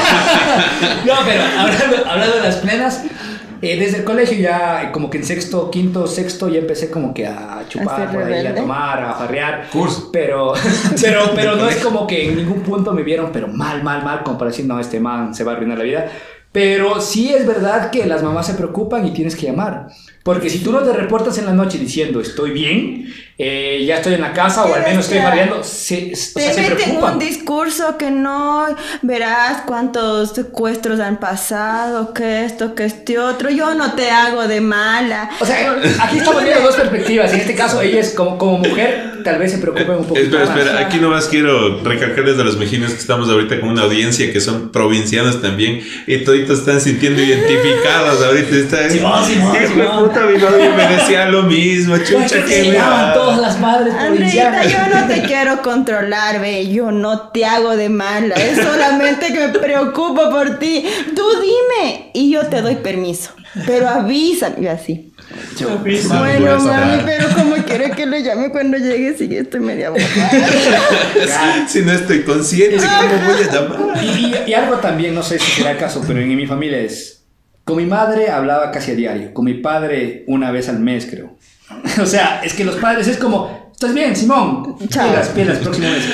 No, pero hablando de las plenas, desde el colegio ya como que en sexto, quinto, sexto ya empecé como que a chupar por ahí, a tomar, a farrear. Curso. Pero no es como que en ningún punto me vieron, pero mal, como para decir, no, este man se va a arruinar la vida. Pero sí es verdad que las mamás se preocupan y tienes que llamar. Porque si tú no te reportas en la noche diciendo estoy bien, ya estoy en la casa o al menos estoy mareando, se preocupan. Un discurso que no verás cuántos secuestros han pasado, que esto, que este otro, yo no te hago de mala. O sea, aquí estamos viendo dos perspectivas. En este caso, ella es como mujer, tal vez se preocupen un poco más. Espera, aquí nomás quiero recalcarles a los mexicanos que estamos ahorita con una audiencia que son provincianos también y toditos están sintiendo identificados ahorita. Simón. Mi mami me decía lo mismo, chucha, que me llaman todas las madres provincianas. Andreita, yo no te quiero controlar, ve, yo no te hago de mala, es solamente que me preocupo por ti. Tú dime y yo te doy permiso, pero avísame. Y así. Bueno, mami, pero ¿cómo quiere que le llame cuando llegue si yo estoy media borracha? Si no estoy consciente, ¿cómo voy a llamar? Y algo también, no sé si será el caso, pero en mi familia es... Con mi madre hablaba casi a diario, con mi padre una vez al mes, creo. O sea, es que los padres es como, ¿estás bien, Simón? Pilas, próxima vez.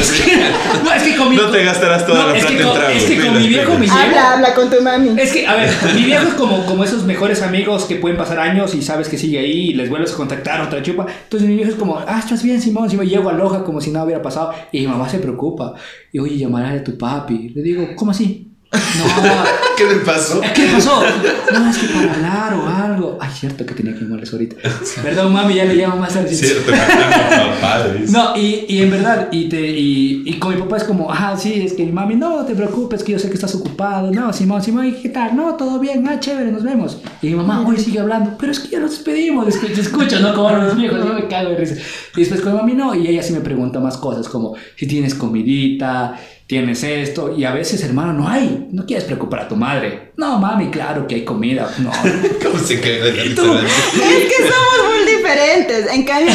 No te gastarás toda la plata en trago. Es que con mi viejo me llevo... Habla con tu mami. Es que, a ver, mi viejo es como esos mejores amigos que pueden pasar años y sabes que sigue ahí y les vuelves a contactar otra chupa. Entonces mi viejo es como, ¿estás bien, Simón? Llego a Loja como si nada hubiera pasado y mi mamá se preocupa. Y oye, llamará a tu papi. Le digo, ¿cómo así? No, ¿Qué le pasó? ¿Qué le pasó? No, es que para hablar o algo. Ay, cierto que tenía que llamarles ahorita. Perdón, mami, ya le llamo más tarde. Cierto, que padres. No, y en verdad, y con mi papá es como, sí, es que mi mami, no te preocupes, que yo sé que estás ocupado. No, Simón, ¿qué tal? No, todo bien, chévere, nos vemos. Y mi mamá, hoy sigue hablando, pero es que ya nos despedimos. Escucha, ¿no? Como los viejos, yo me cago de risa. Y después con mi mami, no, y ella sí me pregunta más cosas, como si tienes comidita, tienes esto, y a veces, hermano, no hay. No quieres preocupar a tu madre. No, mami, claro que hay comida. No. ¿Cómo se cae de Es que somos muy diferentes. En cambio,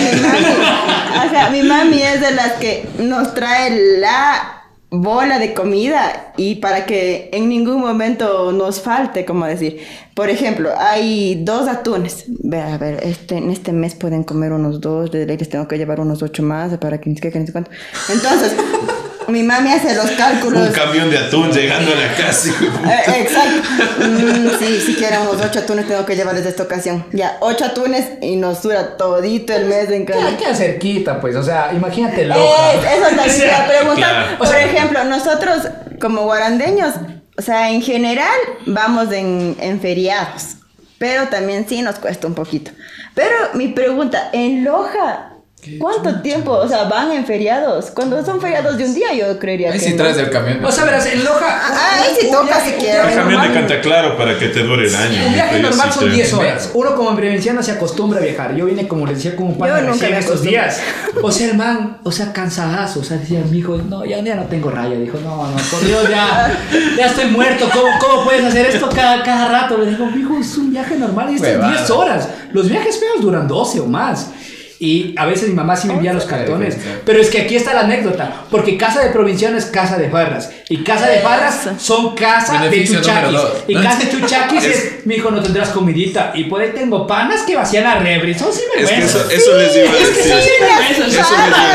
mi mami es de las que nos trae la bola de comida y para que en ningún momento nos falte, como decir. Por ejemplo, hay 2 atunes. A ver, en este mes pueden comer unos 2, de ley les tengo que llevar unos 8 más para que ni sé cuánto. Entonces... Mi mami hace los cálculos. Un camión de atún llegando a la casa. Exacto. Sí, si quieren unos 8 atunes tengo que llevarles de esta ocasión. Ya, 8 atunes y nos dura todito el mes en cada. Queda cerquita, pues, o sea, imagínate Loja. Eso es la que quería preguntar. Claro. Por ejemplo, nosotros como guarandeños, o sea, en general vamos en feriados, pero también sí nos cuesta un poquito. Pero mi pregunta, en Loja... ¿Cuánto tiempo? O sea, van en feriados. Cuando son feriados de un día, yo creería ahí que. Ahí sí traes el camión. O sea, verás, en Loja. Ahí sí toca si quieres. El camión de Cantaclaro para que te dure el año. Un viaje normal son 10 horas. Uno como provinciano se acostumbra a viajar. Yo vine, como les decía, con un pan recién estos días. O sea, el man, cansadazo. O sea, decía mi hijo, no, ya no tengo raya. Dijo, no, por Dios, ya estoy muerto. ¿Cómo puedes hacer esto cada rato? Le digo, mi hijo, es un viaje normal y esto es 10 horas. Los viajes feos duran 12 o más. Y a veces mi mamá sí me envía los cartones. Pero es que aquí está la anécdota. Porque casa de provinciano es casa de farras. Y casa de farras son casa beneficio de chuchaquis. Y casa de chuchaquis es mi hijo, no tendrás comidita. Y por ahí tengo panas que vacían a refri. Son sinvergüenzas. Es que eso les iba a decir. Son sinvergüenzas.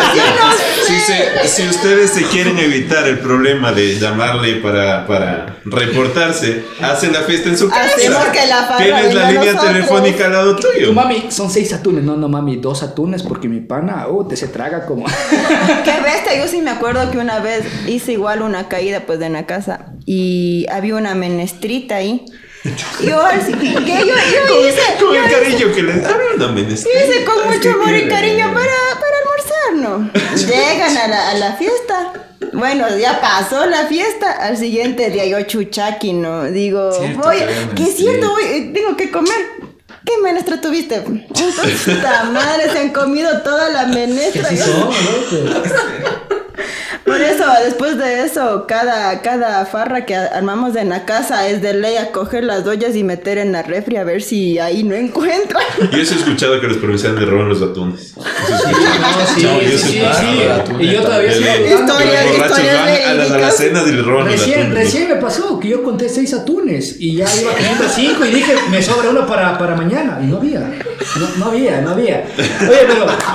Si ustedes se quieren evitar el problema de llamarle para reportarse, hacen la fiesta en su casa. Que la farra tienes la línea telefónica al lado tuyo. Tu mami, son 6 atunes. No, mami, 2 atunes porque mi pana, te se traga como... Qué bestia, yo sí me acuerdo que una vez hice igual una caída pues de la casa y había una menestrita ahí. Yo hice con el cariño que les daban una menestrita. Hice con mucho amor y cariño para almorzar, ¿no? Llegan a la fiesta. Bueno, ya pasó la fiesta. Al siguiente día yo chuchaqui, ¿no? Digo, que es cierto, tengo que comer. ¿qué menestra tuviste? Entonces, esta madre, se han comido toda la menestra. ¿Qué son, loco? Por eso, después de eso, cada farra que armamos en la casa es de ley a coger las ollas y meter en la refri a ver si ahí no encuentran. Yo he escuchado que los provincianos le roban los atunes. Sí. Y yo todavía sigo dudando. Los borrachos van a las cenas y les roban los atunes. Recién me pasó que yo conté 6 atunes y ya iba teniendo 5 y dije, me sobra uno para mañana. Y no había. Oye,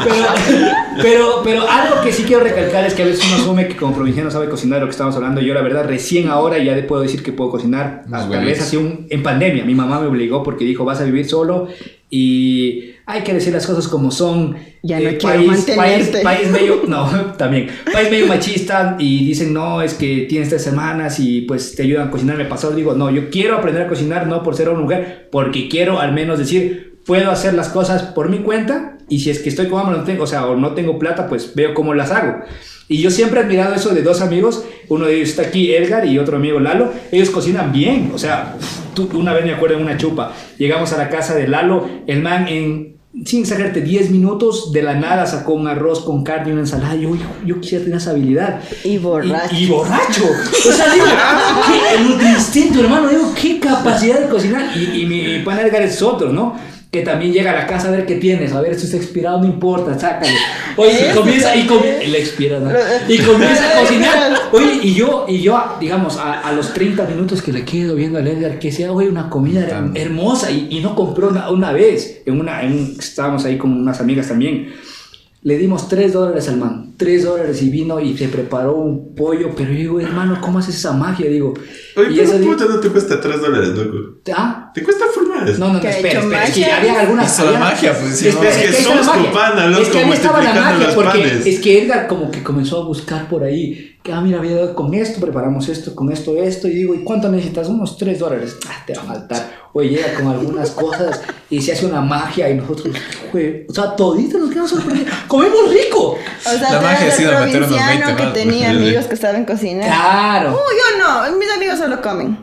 pero algo que sí quiero recalcar es que a veces uno asume que como provinciano sabe cocinar lo que estamos hablando. Yo la verdad recién ahora ya puedo decir que puedo cocinar. Tal vez así en pandemia. Mi mamá me obligó porque dijo, vas a vivir solo y hay que decir las cosas como son. Ya no quiero mantenerte. País medio machista y dicen, no, es que tienes 3 semanas y pues te ayudan a cocinar. Me pasó, digo, no, yo quiero aprender a cocinar no por ser una mujer, porque quiero al menos decir, puedo hacer las cosas por mi cuenta y si es que estoy con hambre, o no tengo plata, pues veo cómo las hago. Y yo siempre he admirado eso de 2 amigos, uno de ellos está aquí, Edgar, y otro amigo, Lalo. Ellos cocinan bien, o sea, una vez me acuerdo en una chupa, llegamos a la casa de Lalo, el man sin exagerarte, 10 minutos de la nada sacó un arroz con carne y una ensalada. Yo quisiera tener esa habilidad. Y borracho. Y borracho. O sea, digo, el instinto, hermano, digo, qué capacidad de cocinar. Y mi pana Edgar es otro, ¿no? Que también llega a la casa a ver qué tienes, a ver si está expirado, no importa, sácale. Oye, le expira, ¿no? Y comienza a cocinar. Oye, y yo digamos, a los 30 minutos que le quedo viendo al Edgar, que sea, oye, una comida hermosa, y no compró una vez, estábamos ahí con unas amigas también. Le dimos $3 al man, $3 y vino y se preparó un pollo, pero yo digo, hermano, ¿cómo haces esa magia? Digo, oye, pero puta, no te cuesta $3, loco. ¿Ah? ¿Te cuesta formar? No, espera, es que había algunas... Es la magia, pues sí. Es que somos tu pana, loco. Es que ahí estaba la magia, porque es que Edgar como que comenzó a buscar por ahí, que mira, con esto preparamos esto, con esto, y digo, ¿y cuánto necesitas? Unos $3. Te va a faltar. Oye, llega con algunas cosas y se hace una magia y nosotros, güey, o sea, toditos nos quedamos sorprendidos. ¡Comemos rico! O sea, la magia ha sido meter unos 20 más. Que tenía amigos que saben cocinar. ¡Claro! Yo no, mis amigos solo comen.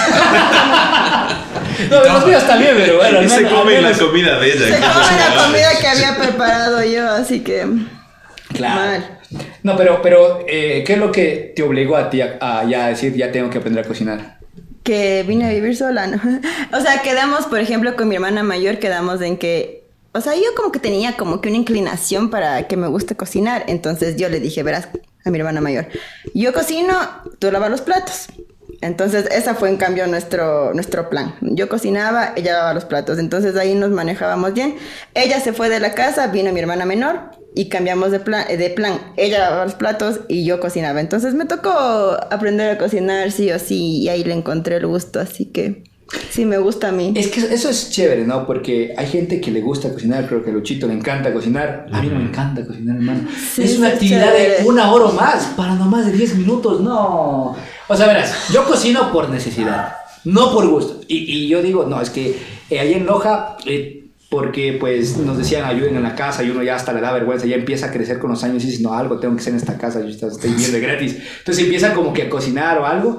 No, los míos también, pero bueno. Y se comen la comida de ella. Se comen la comida que había preparado yo, así que... Claro. Mal. No, pero ¿qué es lo que te obligó a ti a ya decir, ya tengo que aprender a cocinar? Que vine a vivir sola, ¿no? O sea, quedamos, por ejemplo, con mi hermana mayor, quedamos en que... O sea, yo como que tenía como que una inclinación para que me guste cocinar. Entonces yo le dije, verás, a mi hermana mayor, yo cocino, tú lavas los platos. Entonces esa fue en cambio nuestro plan. Yo cocinaba, ella lavaba los platos. Entonces ahí nos manejábamos bien. Ella se fue de la casa, vino mi hermana menor y cambiamos de plan. Ella lavaba los platos y yo cocinaba. Entonces me tocó aprender a cocinar sí o sí y ahí le encontré el gusto. Así que sí me gusta a mí. Es que eso es chévere, ¿no? Porque hay gente que le gusta cocinar. Creo que a Luchito le encanta cocinar. A mí no me encanta cocinar, hermano. Sí, es una actividad chévere. De 1 hora o más, para no más de 10 minutos. No. O sea, verás, yo cocino por necesidad, no por gusto. Y yo digo, no, es que ahí en Loja, porque pues nos decían ayuden en la casa y uno ya hasta le da vergüenza, ya empieza a crecer con los años y dice, no, algo tengo que hacer en esta casa, yo estoy bien de gratis. Entonces empieza como que a cocinar o algo.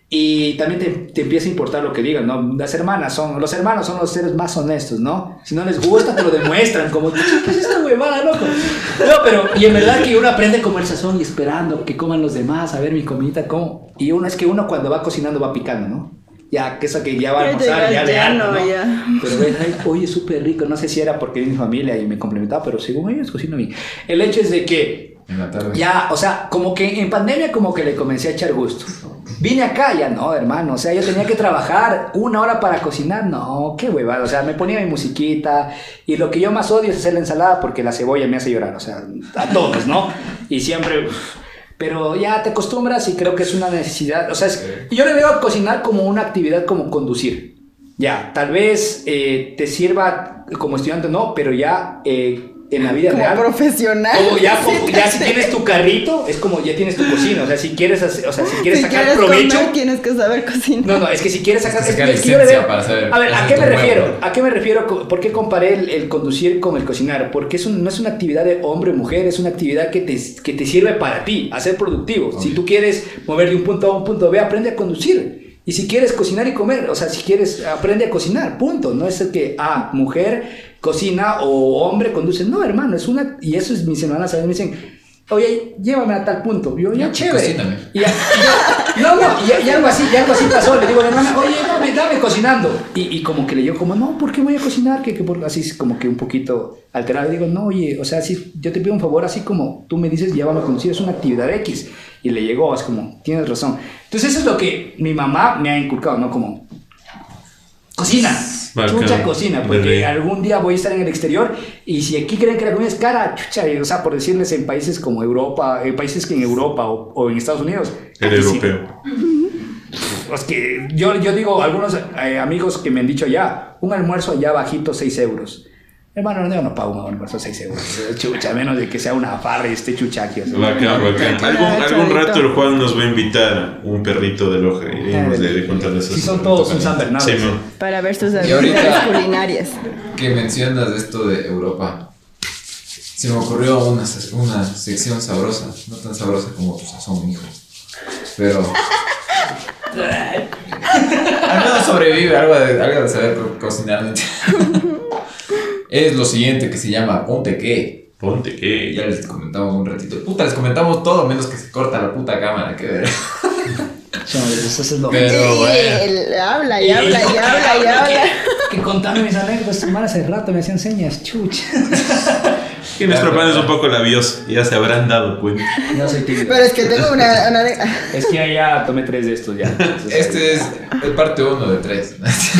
Y también te empieza a importar lo que digan, ¿no? Los hermanos son los seres más honestos, ¿no? Si no les gusta, te lo demuestran, como, ¿qué es esta huevada, loco? No, pero, y en verdad que uno aprende como el sazón y esperando que coman los demás, a ver mi comidita, ¿cómo? Y uno cuando va cocinando va picando, ¿no? Ya, que eso que ya va a almorzar, ya le harto, ¿no? Ya. Pero ven, oye, súper rico, no sé si era porque es mi familia y me complementaba, pero según ellos cocino bien. El hecho es de que en la tarde. Ya, o sea, como que en pandemia como que le comencé a echar gusto. Vine acá, ya no, hermano, o sea, yo tenía que trabajar 1 hora para cocinar, no, qué huevada, o sea, me ponía mi musiquita y lo que yo más odio es hacer la ensalada porque la cebolla me hace llorar, o sea, a todos, ¿no? Y siempre... Pero ya te acostumbras y creo que es una necesidad, o sea, yo le veo a cocinar como una actividad como conducir. Ya, tal vez te sirva como estudiante, no, pero ya... en la vida como real profesional ya si tienes tu carrito es como ya tienes tu cocina, o sea, si quieres sacar provecho comer, tienes que saber cocinar. No, es que si quieres sacar licencia para saber. A ver, ¿a qué me refiero? ¿Por qué comparé el conducir con el cocinar? Porque no es una actividad de hombre o mujer, es una actividad que te sirve para ti, a ser productivo. Si tú quieres mover de un punto A a un punto B, aprende a conducir. Y si quieres cocinar y comer, o sea, si quieres, aprende a cocinar, punto. No es el que, mujer cocina o hombre conduce. No, hermano, es una... Y eso es, mis hermanas a veces me dicen, oye, llévame a tal punto. Yo, ya, chévere. Y algo así pasó. Le digo a mi hermana, oye, dame cocinando. Y como que le digo, como, no, ¿por qué voy a cocinar? Así como que un poquito alterado. Le digo, no, oye, o sea, si yo te pido un favor, así como tú me dices, llévame a conducir, es una actividad X. Y le llegó, es como, tienes razón. Entonces eso es lo que mi mamá me ha inculcado, ¿no? Como, cocina. Chucha, cocina, porque algún día voy a estar en el exterior y si aquí creen que la comida es cara, chucha, o sea, por decirles en países como Europa, en países que en Europa o en Estados Unidos. El europeo. Es que yo digo, algunos amigos que me han dicho allá, un almuerzo allá bajito, 6 euros. Hermano, yo no pago un almuerzo 6 euros. Chucha, a menos de que sea una farra y esté chuchaqui. O sea. Bacán. Algún rato el Juan nos va a invitar un perrito de Loja y iremos de contarles eso. Si son todos un San Bernardo. Sí, para ver sus habilidades culinarias. Que mencionas esto de Europa, se me ocurrió una sección sabrosa, no tan sabrosa como tu sazón, hijo, pero al menos sobrevive algo de saber cocinar. Es lo siguiente, que se llama Ponte Qué. Ponte Qué. Ya les comentamos un ratito. Puta, les comentamos todo menos que se corta la puta cámara, que ver. Eso es lo pero bueno. Habla. Que contame mis anécdotas, tu madre hace rato me hacían señas, chucha. Que nuestro plan es un poco labioso, ya se habrán dado cuenta. No soy tímido. Pero es que tengo una Es que ya tomé 3 de estos ya. Entonces, este es parte 1 de 3.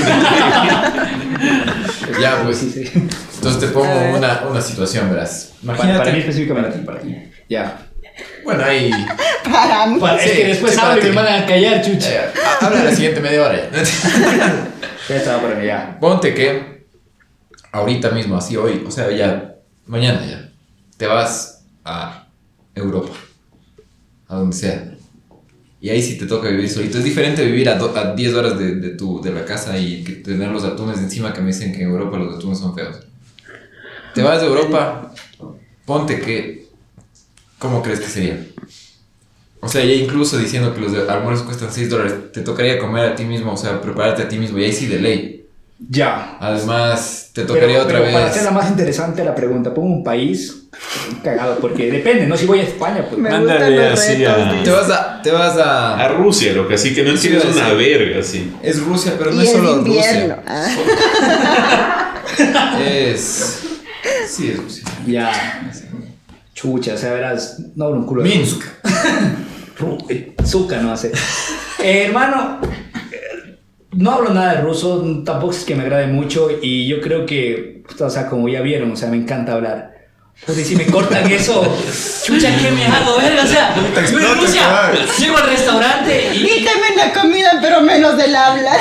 Ya, pues. Sí. Entonces te pongo una situación, verás. Imagínate. Para mí específicamente. Para ti. Ya. Bueno, ahí. Es que después hablo y me van a callar, chucha. Habla la siguiente media hora. Ya estaba para mí, ya. Ponte que ahorita mismo, así hoy, o sea, ya, mañana ya, te vas a Europa, a donde sea. Y ahí sí te toca vivir solito. Es diferente vivir a 10 horas de la casa y tener los atunes encima, que me dicen que en Europa los atunes son feos. Te vas de Europa, ponte que... ¿Cómo crees que sería? O sea, ya incluso diciendo que los almuerzos cuestan $6, te tocaría comer a ti mismo, o sea, prepararte a ti mismo, y ahí sí de ley. Ya. Además, te tocaría otra vez... Para hacerla más interesante la pregunta, pongo un país cagado, porque depende, ¿no? Si voy a España, pues... Mándale así a... Te vas a... A Rusia, lo que así que no entiendes una verga, sí. Es Rusia, pero no es solo invierno. Rusia. Sí, es Rusia. Ya. Chucha, o sea, verás, no hablo un culo de Minsk. Zuka no hace. Hermano, no hablo nada de ruso, tampoco es que me agrade mucho y yo creo que, o sea, como ya vieron, o sea, me encanta hablar. Porque si me cortan eso, chucha, ¿qué me hago? Verga, o sea, yo en Rusia llego al restaurante y... Quítame la comida, pero menos del habla.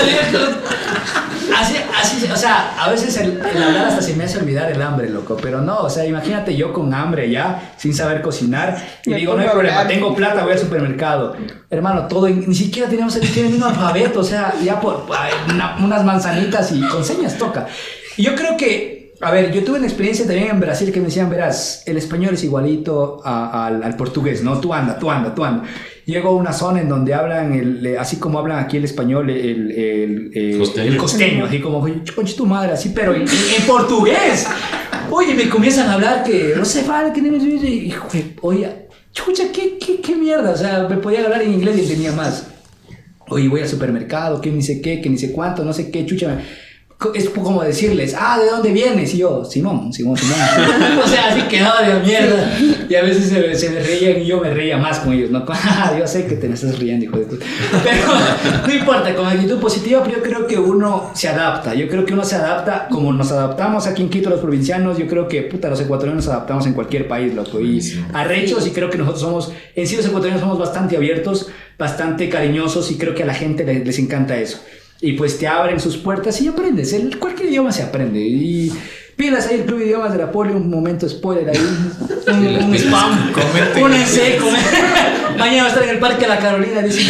Así, o sea, a veces el hablar hasta se me hace olvidar el hambre, loco. Pero no, o sea, imagínate yo con hambre ya, sin saber cocinar. Y digo, no hay problema, tengo plata, voy al supermercado. Hermano, todo, ni siquiera tenemos el mismo alfabeto. O sea, ya por unas manzanitas y con señas toca. Y yo creo que, a ver, yo tuve una experiencia también en Brasil que me decían, verás, el español es igualito al portugués, ¿no? Tú anda. Llego a una zona en donde hablan, así como hablan aquí el español, el costeño, así como, concha tu madre, así, pero en portugués. Oye, me comienzan a hablar que, no sé, vale, que hijo, oye, chucha, ¿qué mierda? O sea, me podía hablar en inglés y entendía más. Oye, voy al supermercado, que ni sé qué, que ni sé cuánto, no sé qué, chucha. Es como decirles, ¿de dónde vienes? Y yo, Simón. O sea, así quedaba de mierda. Y a veces se me reían y yo me reía más con ellos, ¿no? Yo sé que te me estás riendo, hijo de puta. Pero no importa, con actitud positiva, pero yo creo que uno se adapta. Yo creo que uno se adapta como nos adaptamos aquí en Quito los provincianos. Yo creo que, los ecuatorianos nos adaptamos en cualquier país, loco. Y arrechos, y creo que nosotros somos, en sí los ecuatorianos somos bastante abiertos, bastante cariñosos, y creo que a la gente les encanta eso. Y pues te abren sus puertas y aprendes. Cualquier idioma se aprende. Y pilas ahí el Club de Idiomas de la Poli, un momento spoiler ahí. Un spam. Únense. Mañana va a estar en el Parque de la Carolina. Dice.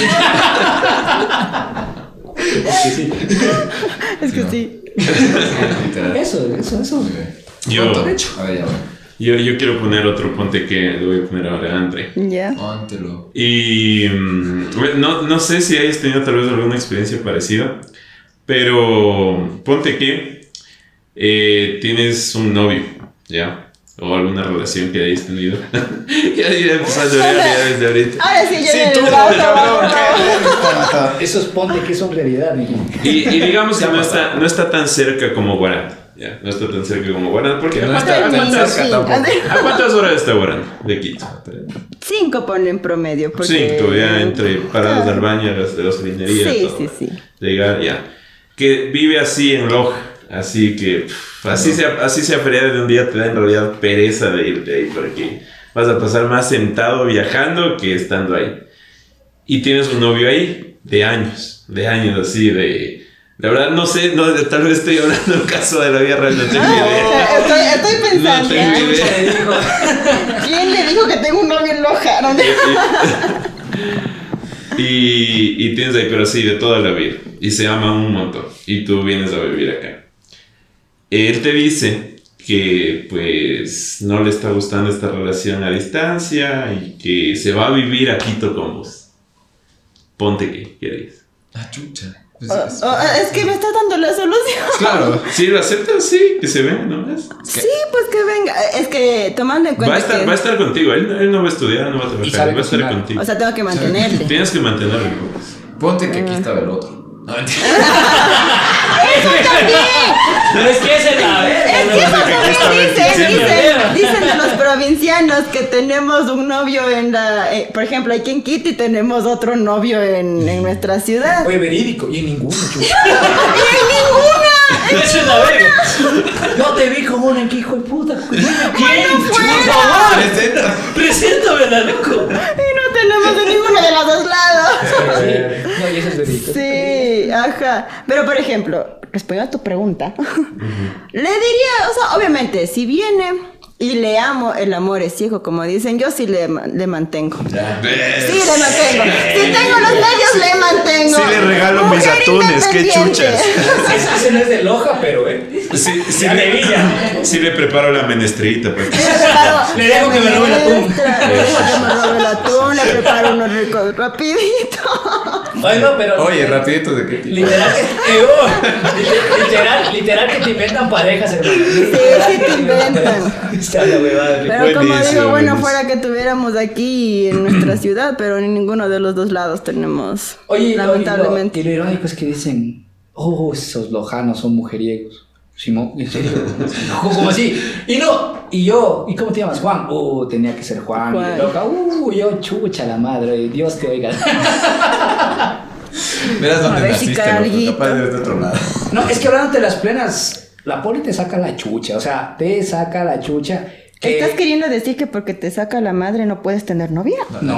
Es que sí. Eso. Yo Yo quiero poner otro ponte que le voy a poner ahora a Andre. Ya. Póntelo. Y no sé si hayas tenido tal vez alguna experiencia parecida, pero ponte que tienes un novio, ¿ya? O alguna relación que hayas tenido. Ya empezó a llorar ya desde ahorita. Ahora sí, yo Esos ponte que son realidad, mijo. Y digamos que no está tan cerca como Guaranda. Ya, no está tan cerca como Guaranda. Porque Que no está tan cerca tampoco. ¿A cuántas horas está Guaranda de Quito? 5 ponen promedio. Porque... 5, ya entre paradas del baño, las de gasolinería. Sí, todo. sí. Llegar, ya. Que vive así en Loja. Así que, así sea feriado de un día, te da en realidad pereza de irte ahí, porque vas a pasar más sentado viajando que estando ahí. Y tienes un novio ahí de años así, de... La verdad no sé, tal vez estoy hablando del caso de la vida real, no tengo idea. Estoy pensando. No tengo idea. ¿Quién le dijo que tengo un novio en Loja? ¿No? Y tienes ahí, pero sí, de toda la vida. Y se ama un montón. Y tú vienes a vivir acá. Él te dice que pues no le está gustando esta relación a distancia y que se va a vivir a Quito con vos. Ponte que queréis. Ah, chucha. Pues es que me está dando la solución. Claro. Si lo aceptas, sí, que se vea, ¿no ves? Sí, pues que venga. Es que tomando en cuenta Va a estar contigo. Él no va a estudiar, no va a trabajar. Él va a estar contigo. O sea, tengo que mantenerle. Tienes que mantenerlo. Ponte que aquí estaba el otro. No, mentira. ¡Eso también! Pero es que esa es la verga. Es que eso también dicen de los provincianos que tenemos un novio en la... por ejemplo, aquí en Quito y tenemos otro novio en nuestra ciudad. Oye, verídico. Y en ninguno, chucha. ¡Y en ninguna! Esa es la verga. Yo te vi como un hijo de puta. ¿Quién? Por favor. Presenta. Preséntamela, loco. Y no tenemos en ninguno de los dos lados. No, y eso es verídico. Sí, ajá. Pero por ejemplo, respondiendo a tu pregunta, le diría, o sea, obviamente, si viene y le amo, el amor es ciego, como dicen, yo sí le mantengo. Sí, le mantengo. Si tengo los medios, le mantengo. Sí le regalo mis Mujer atunes, qué independiente. chuchas. Ese no es de Loja, pero Sí le preparo la menestrita. Pues. Le dejo que me robe el atún. Le dejo que me robe el atún, le preparo unos ricos rapidito. Oye, no, pero. Oye, rapidito de qué. Literal que te inventan parejas, hermano. Sí, te inventan. Está la huevada. Pero como Buenísimo, digo, bueno, buenísimo. fuera que tuviéramos aquí en nuestra ciudad, pero en ninguno de los dos lados tenemos, Oye, lamentablemente. y lo irónico es que dicen, esos lojanos son mujeriegos. Simón, ¿en serio? Como así. Y yo, ¿y cómo te llamas? Juan. Tenía que ser Juan. Juan. Y loca, yo chucha la madre, Dios te oiga. Verás A dónde ver si naciste, cae loco. alguito. Capaz de otro lado. No, es que hablando de las plenas, la poli te saca la chucha, o sea, te saca la chucha. Que... ¿Estás queriendo decir que porque te saca la madre no puedes tener novia? No,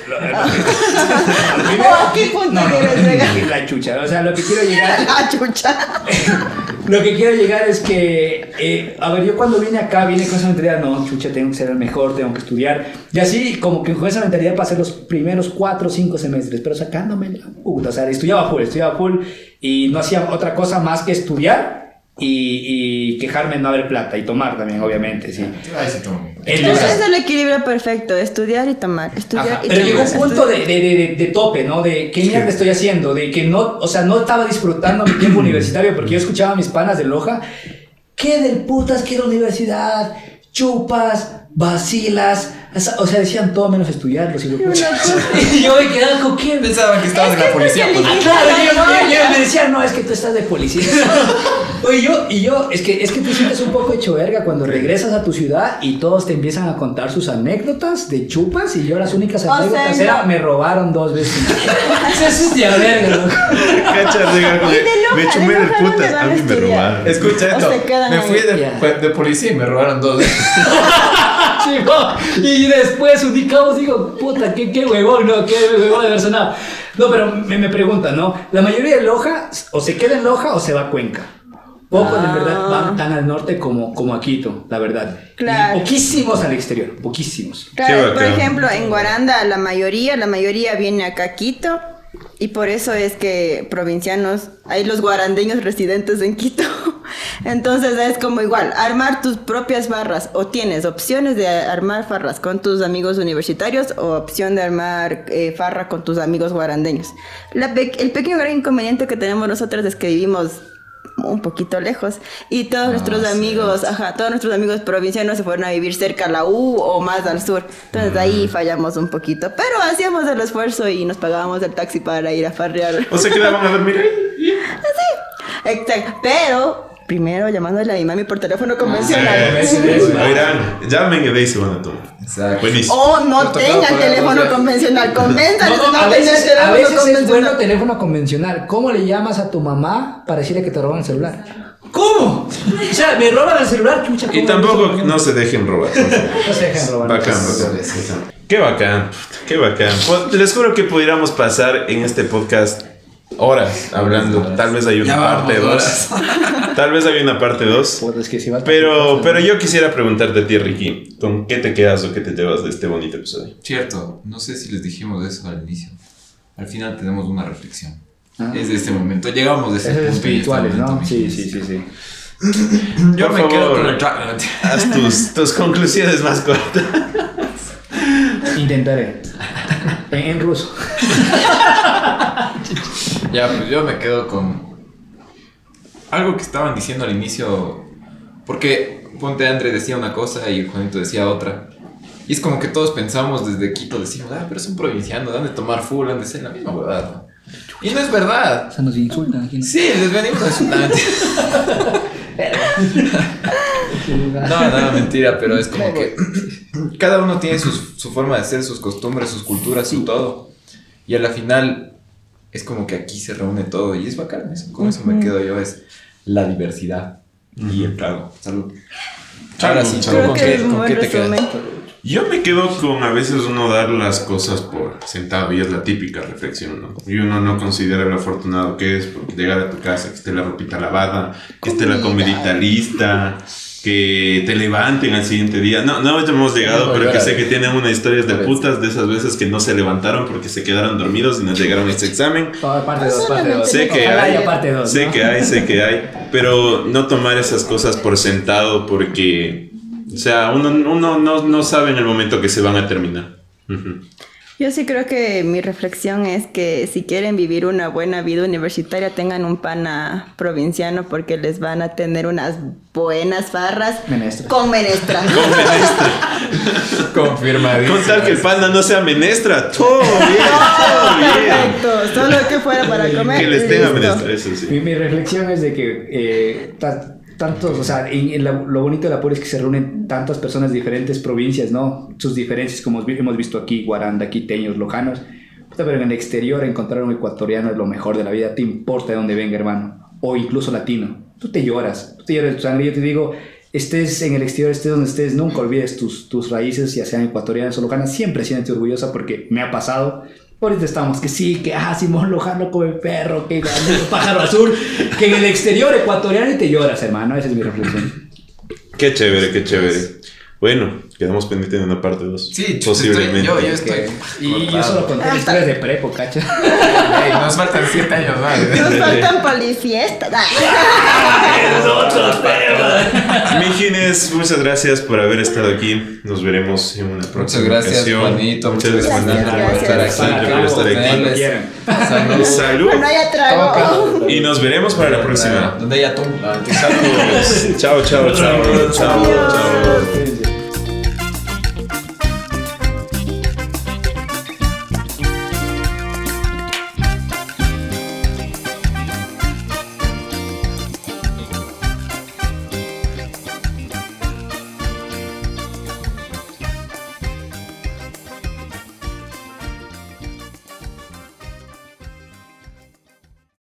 ¿A qué punto quieres llegar? la chucha, o sea, lo que quiero llegar... La chucha. Lo que quiero llegar es que, a ver, yo cuando vine con esa mentalidad, no, chucha, tengo que ser el mejor, tengo que estudiar. Y así, como que con esa mentalidad pasé los primeros 4 o 5 semestres, pero sacándome la puta, o sea, estudiaba full, y no hacía otra cosa más que estudiar y quejarme de no haber plata, y tomar también, obviamente, sí. Ay, se toma. Entonces es el equilibrio perfecto, estudiar y tomar, estudiar Ajá, y pero tomar. llegó un punto de tope, ¿no? De qué mierda estoy haciendo, de que no, o sea, no estaba disfrutando mi tiempo universitario, porque yo escuchaba a mis panas de Loja, ¿qué del putas quiero universidad? Chupas, vacilas, o sea, decían todo menos estudiar, los hijos. Y yo me quedaba con quién. Pensaban que estabas en la policía. Pues. Claro, yo me decían, no, es que tú estás de policía. Oye, es que tú sientes un poco hecho verga cuando regresas a tu ciudad y todos te empiezan a contar sus anécdotas de chupas, y yo las únicas anécdotas era, me robaron 2 veces. Eso es de verga, loco. Me chumé del putas, a mí me robaron. Escucha esto. Me fui de policía y me robaron 2 veces. Y después ubicamos, digo, puta, qué huevón, ¿no? Qué huevón de persona. No, pero me preguntan, ¿no? La mayoría de Loja o se queda en Loja o se va a Cuenca. Pocos, en verdad, van tan al norte como a Quito, la verdad. Claro. Y poquísimos al exterior, poquísimos. Claro, Sí, por acá. ejemplo, en Guaranda la mayoría viene acá a Quito, y por eso es que provincianos, hay los guarandeños residentes en Quito, Entonces es como igual, armar tus propias farras. O tienes opciones de armar farras con tus amigos universitarios o opción de armar farra con tus amigos guarandeños. El pequeño gran inconveniente que tenemos nosotros es que vivimos un poquito lejos y todos nuestros amigos, todos nuestros amigos provincianos se fueron a vivir cerca a la U o más al sur. Entonces ahí fallamos un poquito, pero hacíamos el esfuerzo y nos pagábamos el taxi para ir a farrear. O se quedaban a dormir ahí. Sí, exacto. Pero primero llamándole a mi mami por teléfono convencional. Oigan, llamen y de ahí se van a tomar. Exacto. Buenísimo. O no tengan teléfono convencional, convénzales de a veces tener es bueno convencional. teléfono convencional. ¿Cómo le llamas a tu mamá para decirle que te roban el celular? ¿Cómo? O sea, me roban el celular, chucha. Y tampoco no se dejen robar. No se dejen robar. Bacán. Qué bacán, qué bacán. Pues, les juro que pudiéramos pasar en este podcast horas hablando. Tal vez hay una parte 2. Tal vez hay una parte 2. Pues que si vas Pero yo quisiera preguntarte a ti, Ricky, ¿con qué te quedas o qué te llevas de este bonito episodio? Cierto, no sé si les dijimos eso al inicio. Al final tenemos una reflexión. Es de este momento, llegamos de ese Esos punto. espirituales, y este ¿no? momento, Sí. Yo Por me quedo favor, con el track. Haz tus conclusiones más cortas. Intentaré. En ruso. Ya, pues yo me quedo con algo que estaban diciendo al inicio. Porque ponte, André decía una cosa y Juanito decía otra. Y es como que todos pensamos desde Quito, decimos, pero es un provinciano, han de tomar full, han de ser la misma huevada, ¿no? Y no es verdad. O sea, nos insultan aquí. Sí, les venimos a insultar. No, mentira, pero es como que cada uno tiene su forma de ser, sus costumbres, sus culturas, su todo. Y a la final es como que aquí se reúne todo y es bacán eso. Con eso me quedo yo, es la diversidad y el trago. Salud. Ahora sí, Creo ¿con que es un qué buen te quedas? resumen. Yo me quedo con a veces uno dar las cosas por sentado y es la típica reflexión, ¿no? Y uno no considera lo afortunado que es porque llegar a tu casa, que esté la ropita lavada, que esté la comidita lista, que te levanten al siguiente día. No hemos llegado, pero que sé que tienen unas historias de putas de esas veces que no se levantaron porque se quedaron dormidos y no llegaron a este examen. Parte 2. Sé que Ojalá hay, haya parte 2. sé que hay, pero no tomar esas cosas por sentado porque, o sea, uno no sabe en el momento que se van a terminar. Yo sí creo que mi reflexión es que si quieren vivir una buena vida universitaria tengan un pana provinciano porque les van a tener unas buenas farras Menestra. con menestra. Confirmadísimo. Con tal que el panda no sea menestra, todo bien. Perfecto, solo que fuera para comer. Que les tenga listo. menestra, eso sí. Mi reflexión es de que tantos, o sea, lo bonito de la Pura es que se reúnen tantas personas de diferentes provincias, ¿no? Sus diferencias, como hemos visto aquí, Guaranda, quiteños, lojanos. Pero en el exterior encontrar un ecuatoriano es lo mejor de la vida, te importa de dónde venga, hermano. O incluso latino. Tú te lloras tu sangre. Yo te digo, estés en el exterior, estés donde estés, nunca olvides tus raíces, ya sean ecuatorianas o lojanas. Siempre siéntete orgullosa porque me ha pasado. Ahorita estamos que sí, que Simón Lojano come perro, que pájaro azul, que en el exterior ecuatoriano y te lloras, hermano. Esa es mi reflexión. Qué chévere. Bueno, quedamos pendientes de una parte 2. Sí, posiblemente. Yo estoy. Y yo solo conté historias de prepo, cacha. Ey, nos faltan 7 años más. Nos faltan polifiestas. Es otro tema. Mijines, muchas gracias por haber estado aquí. Nos veremos en una próxima Muchas gracias, ocasión. Juanito. Muchas gracias, Gracias, Juanito, por estar gracias. aquí. Por estar aquí. Salud. Salud. No haya trago. Y nos veremos para la próxima. Donde haya tú. Chao. Chao. Adiós.